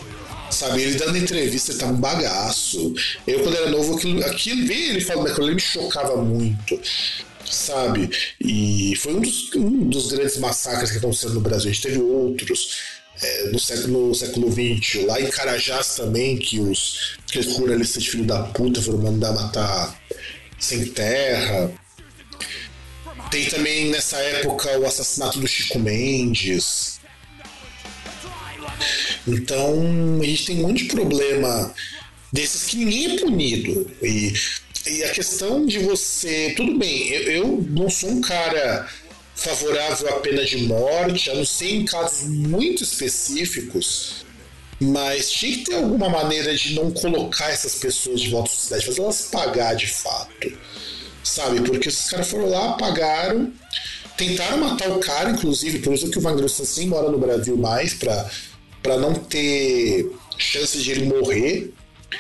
Sabe, ele dando entrevista, ele tá um bagaço. Eu, quando era novo, aquilo ver ele falando daquilo, ele me chocava muito, sabe? E foi um dos grandes massacres que aconteceram no Brasil. A gente teve outros no século XX, lá em Carajás também, que aqueles ruralistas de filho da puta foram mandar matar sem terra. Tem também, nessa época, o assassinato do Chico Mendes. Então, a gente tem um monte de problema desses que ninguém é punido. E a questão de você... Tudo bem, eu não sou um cara favorável à pena de morte, a não ser em casos muito específicos, mas tinha que ter alguma maneira de não colocar essas pessoas de volta à sociedade, fazer elas pagar de fato, sabe? Porque esses caras foram lá, pagaram, tentaram matar o cara, inclusive, por isso que o Wagner Santos nem mora no Brasil mais, para não ter chance de ele morrer.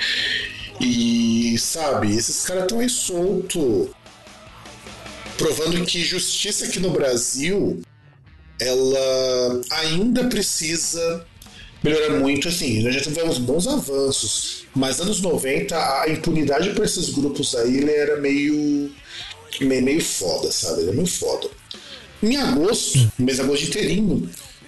E, sabe, esses caras estão aí soltos, provando que justiça aqui no Brasil, ela ainda precisa melhorar muito. Assim, nós já tivemos bons avanços, mas nos anos 90 a impunidade para esses grupos aí ele era meio foda, sabe? Ele é meio foda. Em agosto, mês de agosto inteirinho,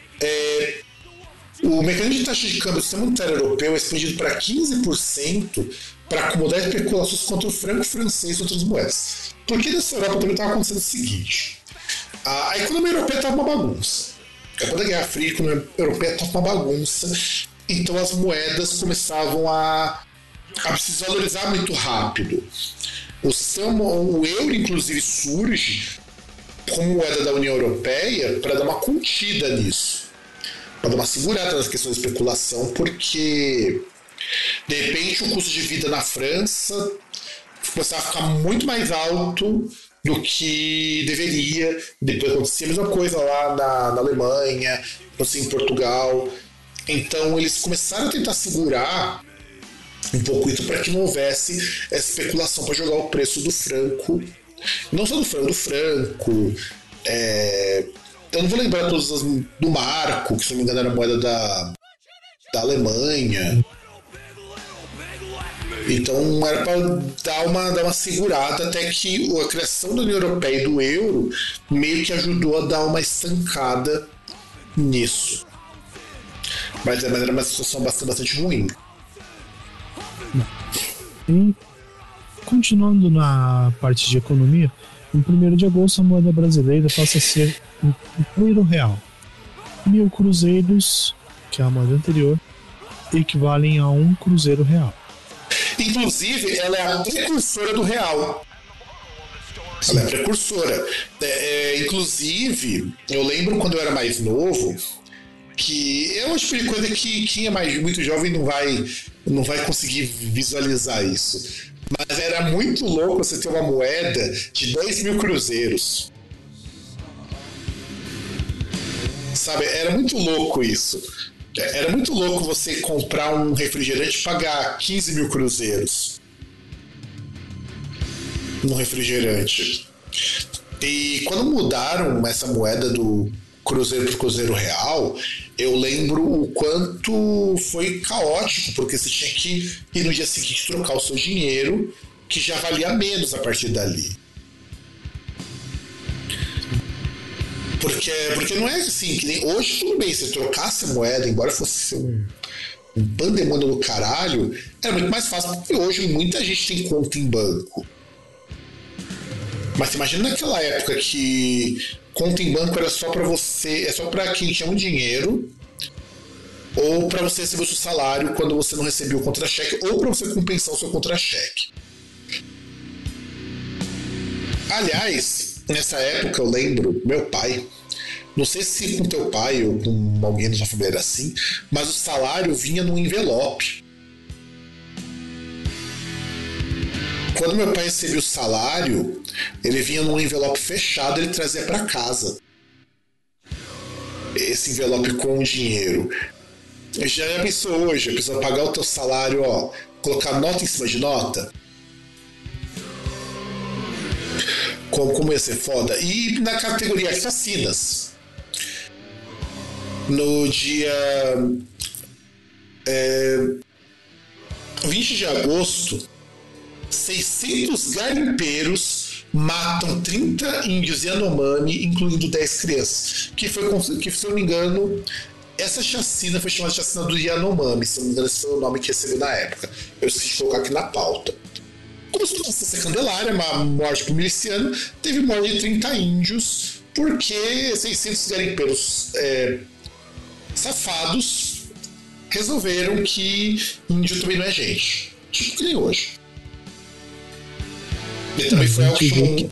o mecanismo de taxa de câmbio do sistema monetário europeu é expandido para 15% para acomodar especulações contra o franco francês e outras moedas. Porque nessa Europa também estava acontecendo o seguinte: a economia europeia estava uma bagunça. Depois da Guerra Fria, a economia europeia estava uma bagunça. Então as moedas começavam a se desvalorizar muito rápido. O euro, inclusive, surge como moeda da União Europeia para dar uma contida nisso, para dar uma segurada nas questões de especulação, porque de repente o custo de vida na França começava a ficar muito mais alto do que deveria. Depois acontecia a mesma coisa lá na Alemanha, em Portugal. Então eles começaram a tentar segurar um pouco isso para que não houvesse essa especulação para jogar o preço do franco. Não só do franco. Eu não vou lembrar todas as do marco, que se não me engano era a moeda da Alemanha. Então era para dar uma segurada, até que a criação da União Europeia e do euro meio que ajudou a dar uma estancada nisso. Mas era uma situação bastante ruim. E, continuando na parte de economia, em 1º de agosto a moeda brasileira passa a ser o euro real. 1.000 cruzeiros, que é a moeda anterior, equivalem a 1 cruzeiro real. Inclusive, ela é a precursora do real. Ela é precursora. Inclusive, eu lembro quando eu era mais novo, que é uma tipo de coisa que quem é muito jovem não vai conseguir visualizar isso. Mas era muito louco você ter uma moeda de 2.000 cruzeiros. Sabe, era muito louco isso. Era muito louco você comprar um refrigerante e pagar 15.000 cruzeiros num refrigerante. E quando mudaram essa moeda do cruzeiro para o cruzeiro real, eu lembro o quanto foi caótico, porque você tinha que ir no dia seguinte trocar o seu dinheiro, que já valia menos a partir dali. Porque não é assim, que nem hoje tudo bem, se trocasse a moeda, embora fosse um pandemônio do caralho, era muito mais fácil, porque hoje muita gente tem conta em banco. Mas você imagina naquela época que conta em banco era só pra você, só pra quem tinha um dinheiro, ou pra você receber o seu salário quando você não recebia o contra-cheque, ou pra você compensar o seu contra-cheque. Aliás, nessa época eu lembro, meu pai, não sei se com teu pai ou com alguém da sua família era assim, mas o salário vinha num envelope. Quando meu pai recebia o salário, ele vinha num envelope fechado, ele trazia para casa esse envelope com o dinheiro. Já pensou hoje, a pessoa pagar o teu salário, colocar nota em cima de nota? Como ia ser foda? E na categoria assassinas, no dia 20 de agosto, 600 garimpeiros matam 30 índios Yanomami, incluindo 10 crianças. Que, se eu não me engano, essa chacina foi chamada de chacina do Yanomami, se eu não me engano, esse foi o nome que recebeu na época. Eu esqueci de colocar aqui na pauta. Como se fosse essa Candelária, uma morte por miliciano, teve morte de 30 índios, porque 600 garimpeiros safados resolveram que índio também não é gente. Tipo que nem hoje. E também foi algo que chamou...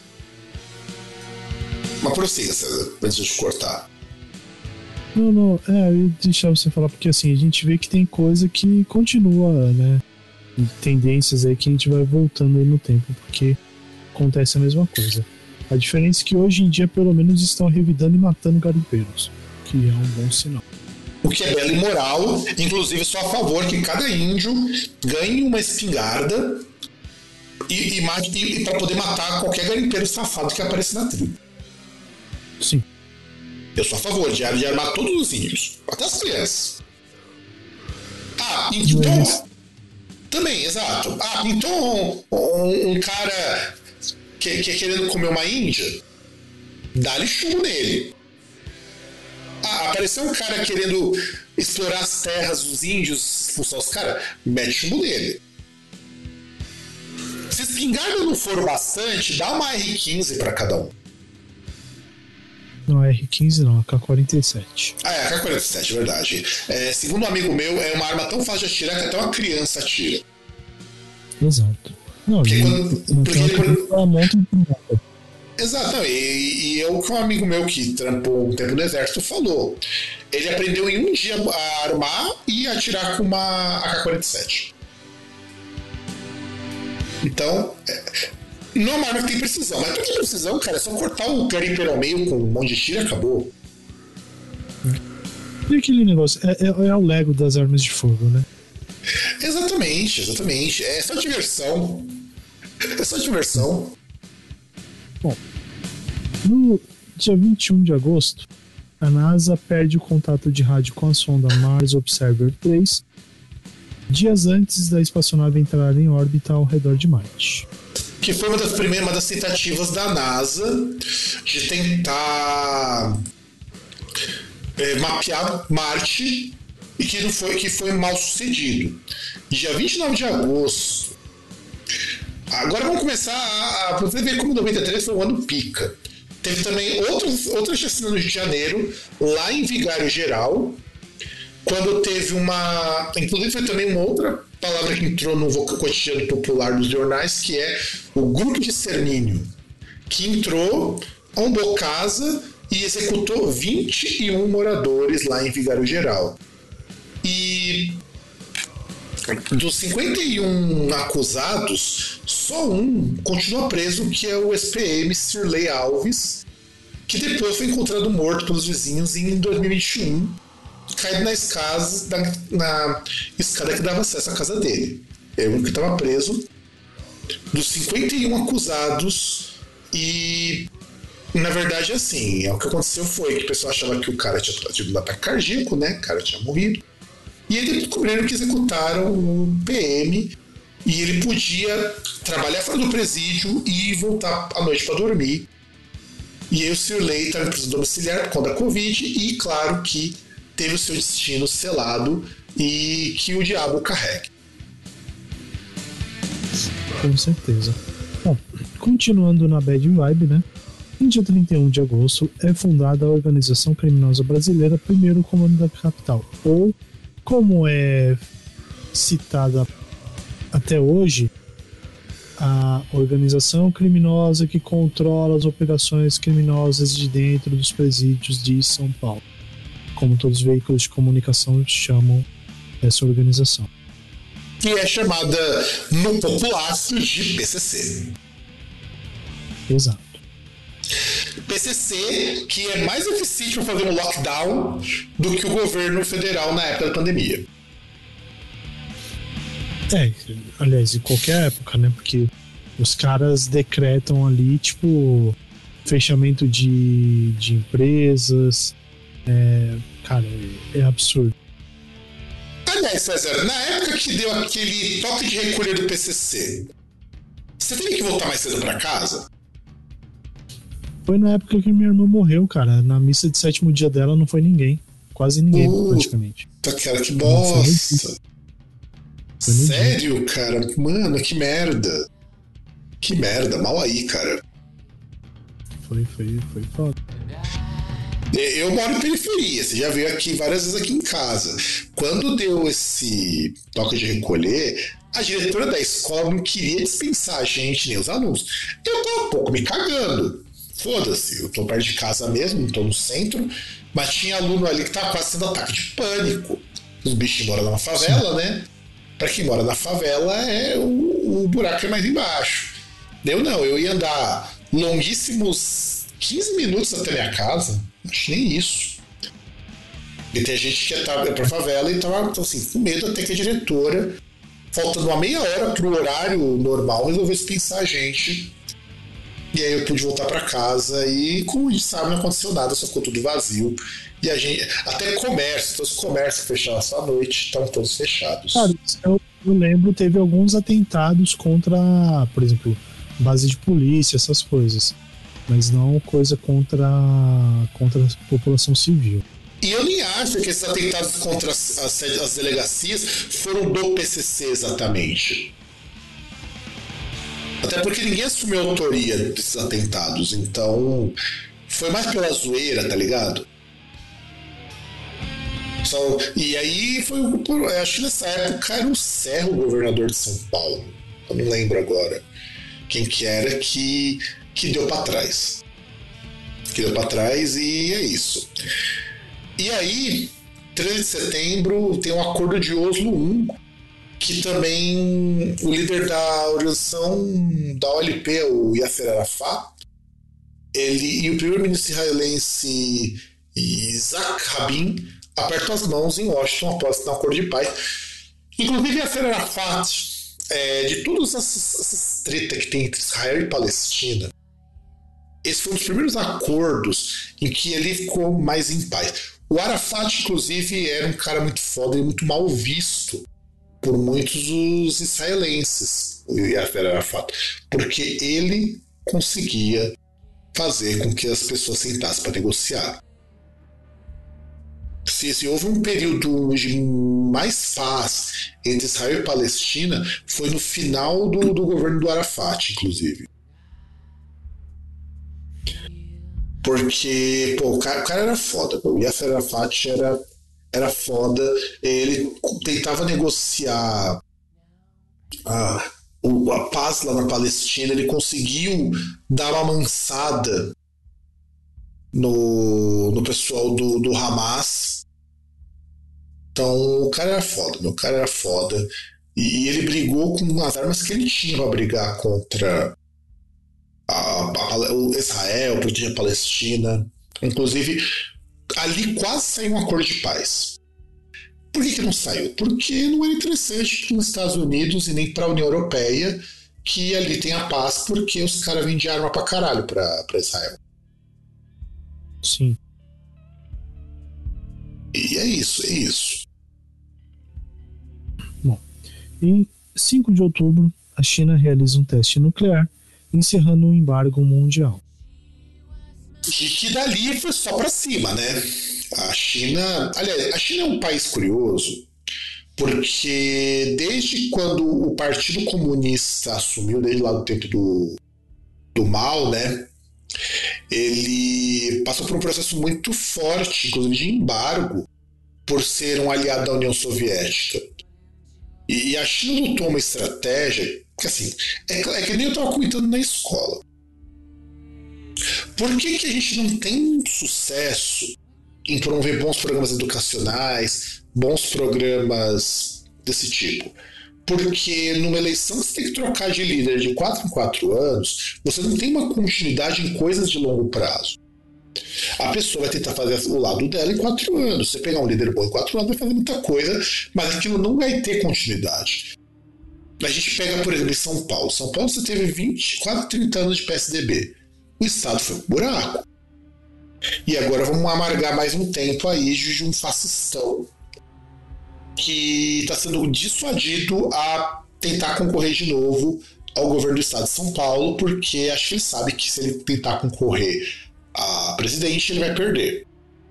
Mas prossiga, antes de eu te cortar. Não, eu ia deixar você falar, porque assim, a gente vê que tem coisa que continua, né? Tendências aí que a gente vai voltando aí no tempo, porque acontece a mesma coisa. A diferença é que hoje em dia, pelo menos, estão revidando e matando garimpeiros, que é um bom sinal. O que é belo e moral, inclusive sou a favor que cada índio ganhe uma espingarda e para poder matar qualquer garimpeiro safado que apareça na tribo. Sim. Eu sou a favor de armar todos os índios, até as crianças. Então... Também, exato. Então um cara que querendo comer uma índia, dá-lhe chumbo nele. Apareceu um cara querendo explorar as terras dos índios, expulsar os caras, mete chumbo nele. Se a espingarda não for bastante, dá uma R15 para cada um. Não é R15 não, é K-47. É K-47, verdade. Segundo um amigo meu, é uma arma tão fácil de atirar que até uma criança atira. Exato. Não, Exato, e é o que um amigo meu que trampou um tempo no exército falou. Ele aprendeu em um dia a armar e atirar com uma AK-47. Então, não é uma arma que tem precisão, mas pra ter precisão, cara, é só cortar o garimpeiro ao meio com um monte de tiro e acabou. E aquele negócio, é o Lego das armas de fogo, né? Exatamente. É só diversão. Bom, no dia 21 de agosto, a NASA perde o contato de rádio com a sonda Mars Observer 3, dias antes da espaçonave entrar em órbita ao redor de Marte. Que foi uma das tentativas da NASA de tentar mapear Marte e que foi mal sucedido. Dia 29 de agosto. Agora vamos começar a você ver como 93 foi um ano pica. Teve também outra chacina no Rio de Janeiro, lá em Vigário Geral, quando teve uma... Inclusive foi também uma outra palavra que entrou no cotidiano popular dos jornais, que é o grupo de extermínio, que entrou, arrombou casa e executou 21 moradores lá em Vigário Geral. E dos 51 acusados, só um continua preso, que é o ex-PM Sirley Alves, que depois foi encontrado morto pelos vizinhos em 2021, caído na escada que dava acesso à casa dele. É o único que estava preso. Dos 51 acusados, e na verdade, assim, o que aconteceu foi que o pessoal achava que o cara tinha tido um ataque cardíaco, né? O cara tinha morrido. E eles descobriram que executaram o PM e ele podia trabalhar fora do presídio e voltar à noite para dormir. E aí o Sirley estava em prisão domiciliar por conta da Covid e, claro, que teve o seu destino selado e que o diabo carregue. Com certeza. Bom, continuando na bad vibe, né? Em dia 31 de agosto é fundada a Organização Criminosa Brasileira, primeiro comando da capital, ou como é citada até hoje, a organização criminosa que controla as operações criminosas de dentro dos presídios de São Paulo, como todos os veículos de comunicação chamam essa organização. Que é chamada no populaço de PCC. Exato. PCC, que é mais eficiente para fazer um lockdown do que o governo federal na época da pandemia. Aliás, em qualquer época, né? Porque os caras decretam ali, tipo, fechamento de empresas. Cara, é absurdo. Aliás, aí, César, na época que deu aquele toque de recolher do PCC, você teve que voltar mais cedo pra casa? Foi na época que minha irmã morreu, cara. Na missa de 7º dia dela não foi ninguém. Quase ninguém, praticamente. Cara, que bosta. Sério, cara? Mano, que merda. Que merda, mal aí, cara. Foi foda. Eu moro em periferia, você já veio aqui várias vezes aqui em casa. Quando deu esse toque de recolher, a diretora da escola não queria dispensar a gente, nem os alunos. Eu tava um pouco me cagando. Foda-se, eu tô perto de casa mesmo, não tô no centro, mas tinha aluno ali que tava quase tendo ataque de pânico. Os bichos moram na favela, né? Pra quem mora na favela, o buraco é mais embaixo. Eu ia andar longuíssimos 15 minutos até minha casa. Acho nem isso. E tem gente que ia pra favela e tava assim, com medo até que a diretora, faltando uma meia hora pro horário normal, resolvesse pensar a gente. E aí eu pude voltar pra casa e, como a gente sabe, não aconteceu nada, só ficou tudo vazio. E a gente, até comércio, todos os comércios fecharam essa noite, estão todos fechados. Cara, eu lembro, teve alguns atentados contra, por exemplo, base de polícia, essas coisas. Mas não coisa contra a população civil. E eu nem acho que esses atentados contra as delegacias foram do PCC exatamente. Até porque ninguém assumiu a autoria desses atentados, então foi mais pela zoeira, tá ligado? E aí foi, acho que nessa época era o Serra, o governador de São Paulo. Eu não lembro agora quem que era que deu pra trás. Que deu pra trás e é isso. E aí, 13 de setembro, tem um acordo de Oslo I, que também o líder da organização da OLP, o Yasser Arafat, ele e o primeiro-ministro israelense Isaac Rabin apertam as mãos em Washington após assinar um acordo de paz. Inclusive, Yasser Arafat, de todas essas tretas que tem entre Israel e Palestina, esse foi um dos primeiros acordos em que ele ficou mais em paz. O Arafat, inclusive, era um cara muito foda e muito mal visto por muitos dos israelenses, o Yasser Arafat, porque ele conseguia fazer com que as pessoas sentassem para negociar. Se houve um período de mais paz entre Israel e Palestina, foi no final do governo do Arafat, inclusive. Porque, o cara era foda. O Yasser Arafat era foda. Ele tentava negociar a paz lá na Palestina. Ele conseguiu dar uma mansada no pessoal do Hamas. Então, o cara era foda. Meu cara era foda. E ele brigou com as armas que ele tinha para brigar contra o Israel, proteger a Palestina. Inclusive, ali quase saiu um acordo de paz. Por que não saiu? Porque não era interessante para os Estados Unidos e nem para a União Europeia que ali tem a paz, porque os caras vendem arma pra caralho pra Israel. Sim. E é isso. Bom, em 5 de outubro, a China realiza um teste nuclear, encerrando o embargo mundial. Que dali foi só pra cima, né? A China é um país curioso, porque desde quando o Partido Comunista assumiu, desde lá do tempo do Mao, né? Ele passou por um processo muito forte, inclusive de embargo, por ser um aliado da União Soviética. E a China adotou uma estratégia que, assim, é que nem eu estava comentando na escola. Por que a gente não tem sucesso em promover bons programas educacionais, bons programas desse tipo? Porque numa eleição você tem que trocar de líder de 4 em 4 anos, você não tem uma continuidade em coisas de longo prazo. A pessoa vai tentar fazer o lado dela em 4 anos. Você pegar um líder bom em 4 anos vai fazer muita coisa, mas aquilo não vai ter continuidade. A gente pega, por exemplo, em São Paulo. São Paulo você teve 20, quase 30 anos de PSDB. O Estado foi um buraco. E agora vamos amargar mais um tempo aí de um fascistão. que está sendo dissuadido a tentar concorrer de novo ao governo do estado de São Paulo, porque acho que ele sabe que se ele tentar concorrer a presidente, ele vai perder.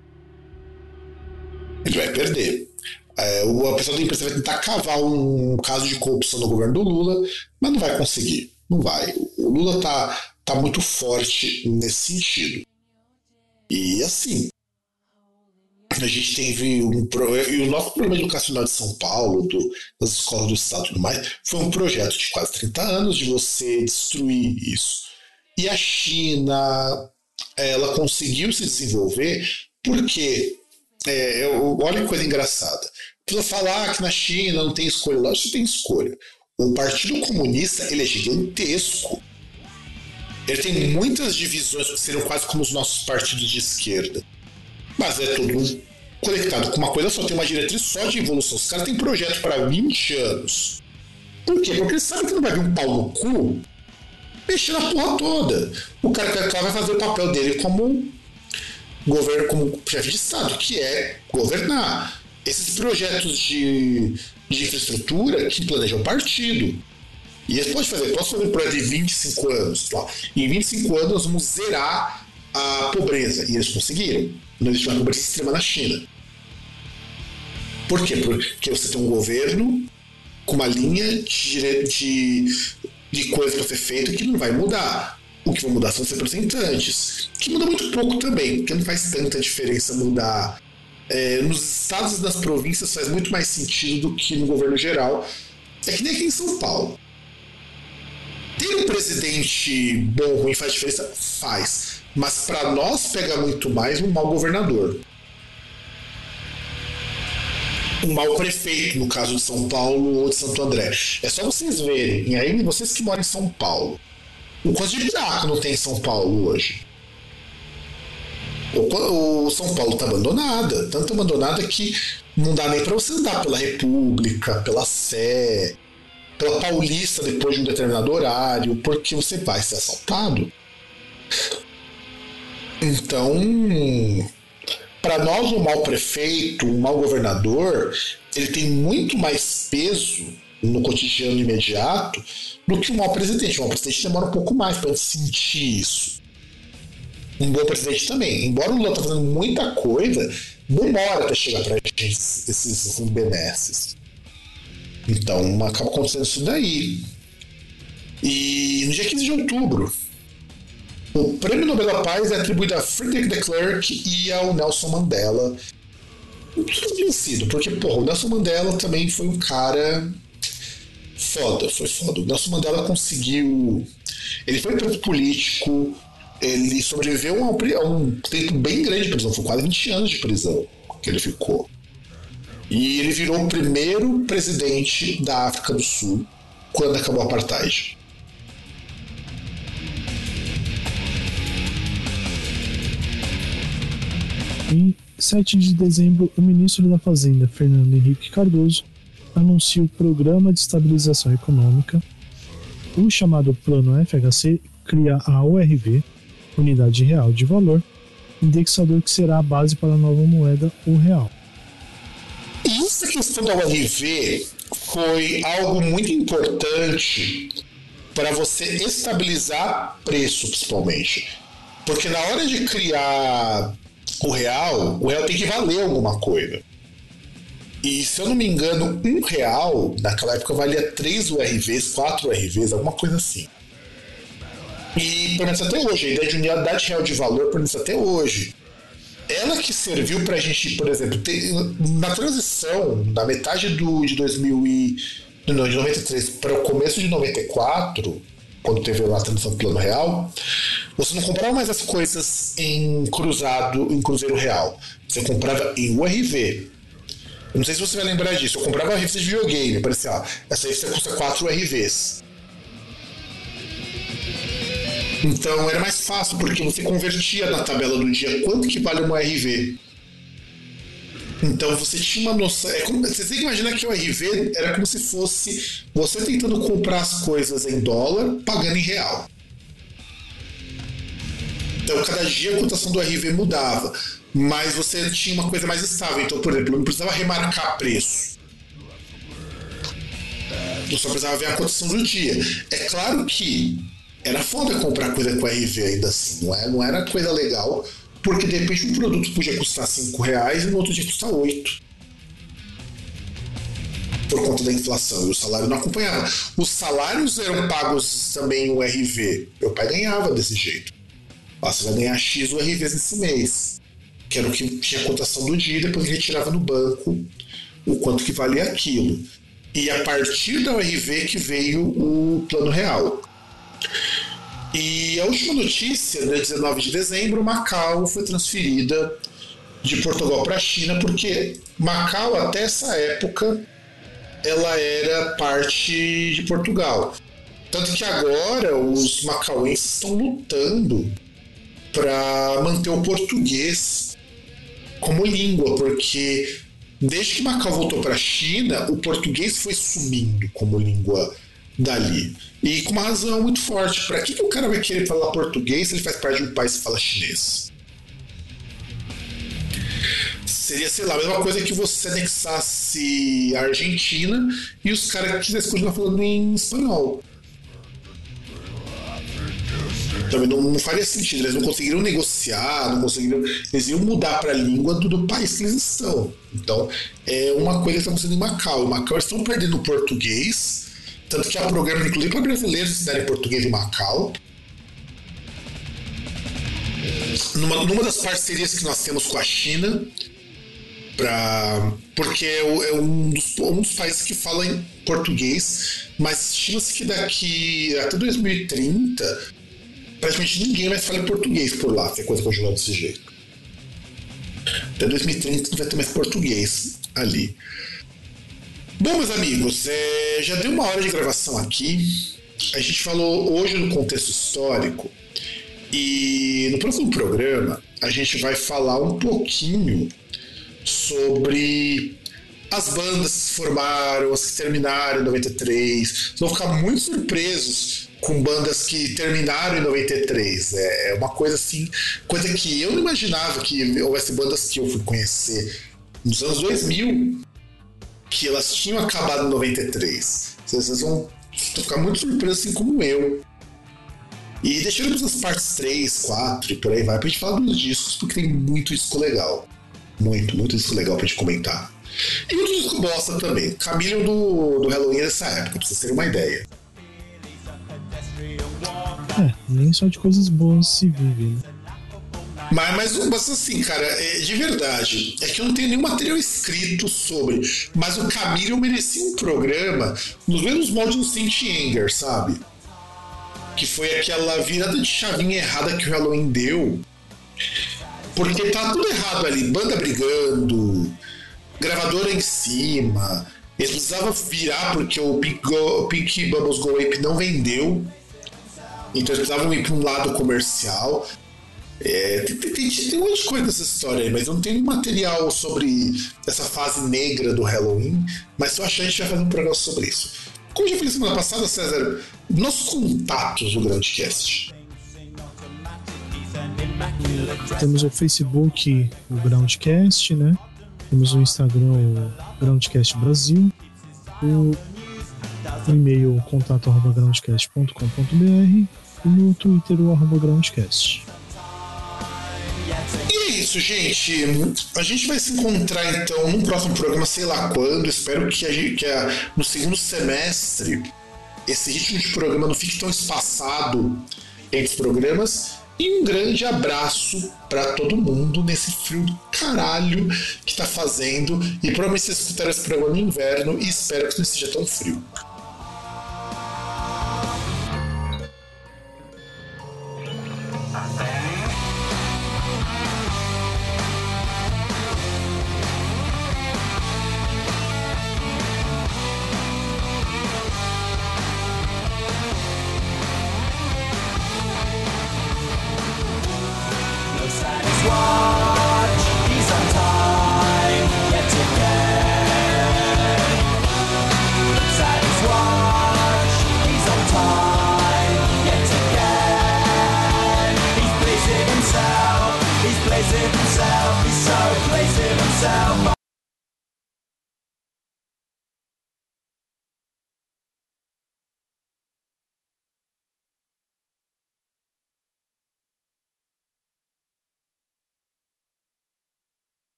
Ele vai perder. O pessoal da imprensa vai tentar cavar um caso de corrupção no governo do Lula, mas não vai conseguir. Não vai. O Lula tá muito forte nesse sentido. E assim, a gente teve e o nosso problema educacional de São Paulo, das escolas do estado e tudo mais, foi um projeto de quase 30 anos de você destruir isso. E a China, ela conseguiu se desenvolver porque, olha que coisa engraçada, precisa falar que na China não tem escolha, lógico que tem escolha. O Partido Comunista, ele é gigantesco. Ele tem muitas divisões que seriam quase como os nossos partidos de esquerda. Mas é tudo conectado com uma coisa só, tem uma diretriz só de evolução. Os caras têm projeto para 20 anos. Por quê? Porque eles sabem que não vai vir um pau no cu mexer na porra toda. O cara vai fazer o papel dele como chefe de Estado, que é governar. Esses projetos de infraestrutura que planeja o partido. E eles posso fazer um projeto de 25 anos. Lá. E em 25 anos nós vamos zerar a pobreza. E eles conseguiram. Não existe uma pobreza extrema na China. Por quê? Porque você tem um governo com uma linha de coisas para ser feita que não vai mudar. O que vai mudar são os representantes. Que muda muito pouco também, porque não faz tanta diferença mudar. Nos estados e nas províncias faz muito mais sentido do que no governo geral. É que nem aqui em São Paulo. Ter um presidente bom ou ruim faz diferença? Faz. Mas para nós pega muito mais um mau governador. Um mau prefeito, no caso de São Paulo ou de Santo André. É só vocês verem. E aí, vocês que moram em São Paulo. O quanto de buraco não tem em São Paulo hoje? O São Paulo está abandonada. Tanto abandonada que não dá nem para você andar pela República, pela Sé, pela Paulista depois de um determinado horário, porque você vai ser assaltado. Então, para nós, um mau prefeito, um mau governador, ele tem muito mais peso no cotidiano imediato do que um mau presidente. Um mau presidente demora um pouco mais para sentir isso. Um bom presidente também. Embora o Lula está fazendo muita coisa, demora até chegar para a gente esses benesses. Então, acaba acontecendo isso daí. E no dia 15 de outubro, o Prêmio Nobel da Paz é atribuído a Friedrich de Klerk e ao Nelson Mandela. Tudo vencido, porque, o Nelson Mandela também foi um cara foda, foi foda. O Nelson Mandela conseguiu... Ele foi preso político, ele sobreviveu a um tempo bem grande de prisão, foi quase 20 anos de prisão que ele ficou. E ele virou o primeiro presidente da África do Sul quando acabou o apartheid. Em 7 de dezembro, o ministro da Fazenda, Fernando Henrique Cardoso, anuncia o Programa de Estabilização Econômica. O chamado Plano FHC cria a ORV, Unidade Real de Valor, indexador que será a base para a nova moeda, o real. E essa questão da ORV foi algo muito importante para você estabilizar preço, principalmente. Porque na hora de criar o real tem que valer alguma coisa. E se eu não me engano, R$1 naquela época valia 3 URVs, 4 URVs, alguma coisa assim. E permanece até hoje, a ideia de unidade real de valor permanece até hoje. Ela que serviu pra gente, por exemplo, na transição, na metade de 93 para o começo de 94, quando teve lá a transição do Plano Real, você não comprava mais as coisas em Cruzeiro Real. Você comprava em URV. Eu não sei se você vai lembrar disso. Eu comprava uma revista de videogame, parecia, essa revista custa 4 URVs. Então era mais fácil, porque você convertia na tabela do dia quanto que vale uma RV. Então você tinha uma noção. Você tem que imaginar que o RV era como se fosse você tentando comprar as coisas em dólar, pagando em real. Então cada dia a cotação do RV mudava, mas você tinha uma coisa mais estável. Então, por exemplo, não precisava remarcar preço. Eu só precisava ver a cotação do dia. É claro que era foda comprar coisa com RV ainda assim, não era coisa legal, porque de repente um produto podia custar R$5 e no outro dia custar 8. Por conta da inflação, e o salário não acompanhava. Os salários eram pagos também o RV. Meu pai ganhava desse jeito. Você vai ganhar X URVs nesse mês, que era o que tinha a cotação do dia, e depois ele retirava no banco o quanto que valia aquilo. E a partir da URV que veio o plano real. E a última notícia, dia 19 de dezembro, Macau foi transferida de Portugal para a China, porque Macau, até essa época, ela era parte de Portugal. Tanto que agora os macauenses estão lutando para manter o português como língua, porque desde que Macau voltou para a China, o português foi sumindo como língua dali. E com uma razão muito forte. Para que o cara vai querer falar português se ele faz parte de um país que fala chinês? Seria, sei lá, a mesma coisa que você anexasse a Argentina e os caras quisessem continuar falando em espanhol. Também não faria sentido, eles não conseguiram negociar, eles iam mudar para a língua do país que eles estão. Então, é uma coisa que está acontecendo em Macau. Em Macau eles estão perdendo o português, tanto que há programa, inclusive, para brasileiros ensinarem português em Macau. Numa das parcerias que nós temos com a China, porque é um dos países que fala em português, mas estima-se que daqui até 2030 praticamente ninguém mais fala português por lá, se a coisa continuar desse jeito. Até 2030 não vai ter mais português ali. Bom, meus amigos, já deu 1 hora de gravação aqui. A gente falou hoje no contexto histórico, e no próximo programa a gente vai falar um pouquinho sobre as bandas que se formaram, as que terminaram em 93. Vocês vão ficar muito surpresos com bandas que terminaram em 93. É uma coisa assim, coisa que eu não imaginava que houvesse bandas que eu fui conhecer nos anos 2000 que elas tinham acabado em 93. Vocês vão ficar muito surpresos assim como eu. E deixaremos as partes 3, 4 e por aí vai pra gente falar dos discos, porque tem muito disco legal. Muito disco legal pra gente comentar. E outro disco bosta também. Chameleon do Halloween dessa época, pra vocês terem uma ideia. Nem só de coisas boas se vive, né? Mas assim, cara, de verdade, é que eu não tenho nenhum material escrito sobre, mas o Chameleon merecia um programa nos mesmos moldes do Saint Anger, sabe? Que foi aquela virada de chavinha errada que o Halloween deu, porque tá tudo errado ali, banda brigando, gravadora em cima, eles precisavam virar porque o Pink Bubbles Go Ape não vendeu, então eles precisavam ir para um lado comercial. Tem um monte de coisa nessa história aí, mas eu não tenho material sobre essa fase negra do Halloween, mas se eu achar a gente vai fazer um programa sobre isso. Como eu já falei semana passada, César, nossos contatos do Groundcast. Temos o Facebook, o Groundcast, né? Temos o Instagram, o Groundcast Brasil, o e-mail contato@groundcast.com.br e no Twitter o @groundcast. E é isso, gente. A gente vai se encontrar então num próximo programa, sei lá quando. Espero que no segundo semestre esse ritmo de programa não fique tão espaçado entre os programas. E um grande abraço para todo mundo nesse frio do caralho que tá fazendo. E provavelmente vocês escutaram esse programa no inverno e espero que não seja tão frio.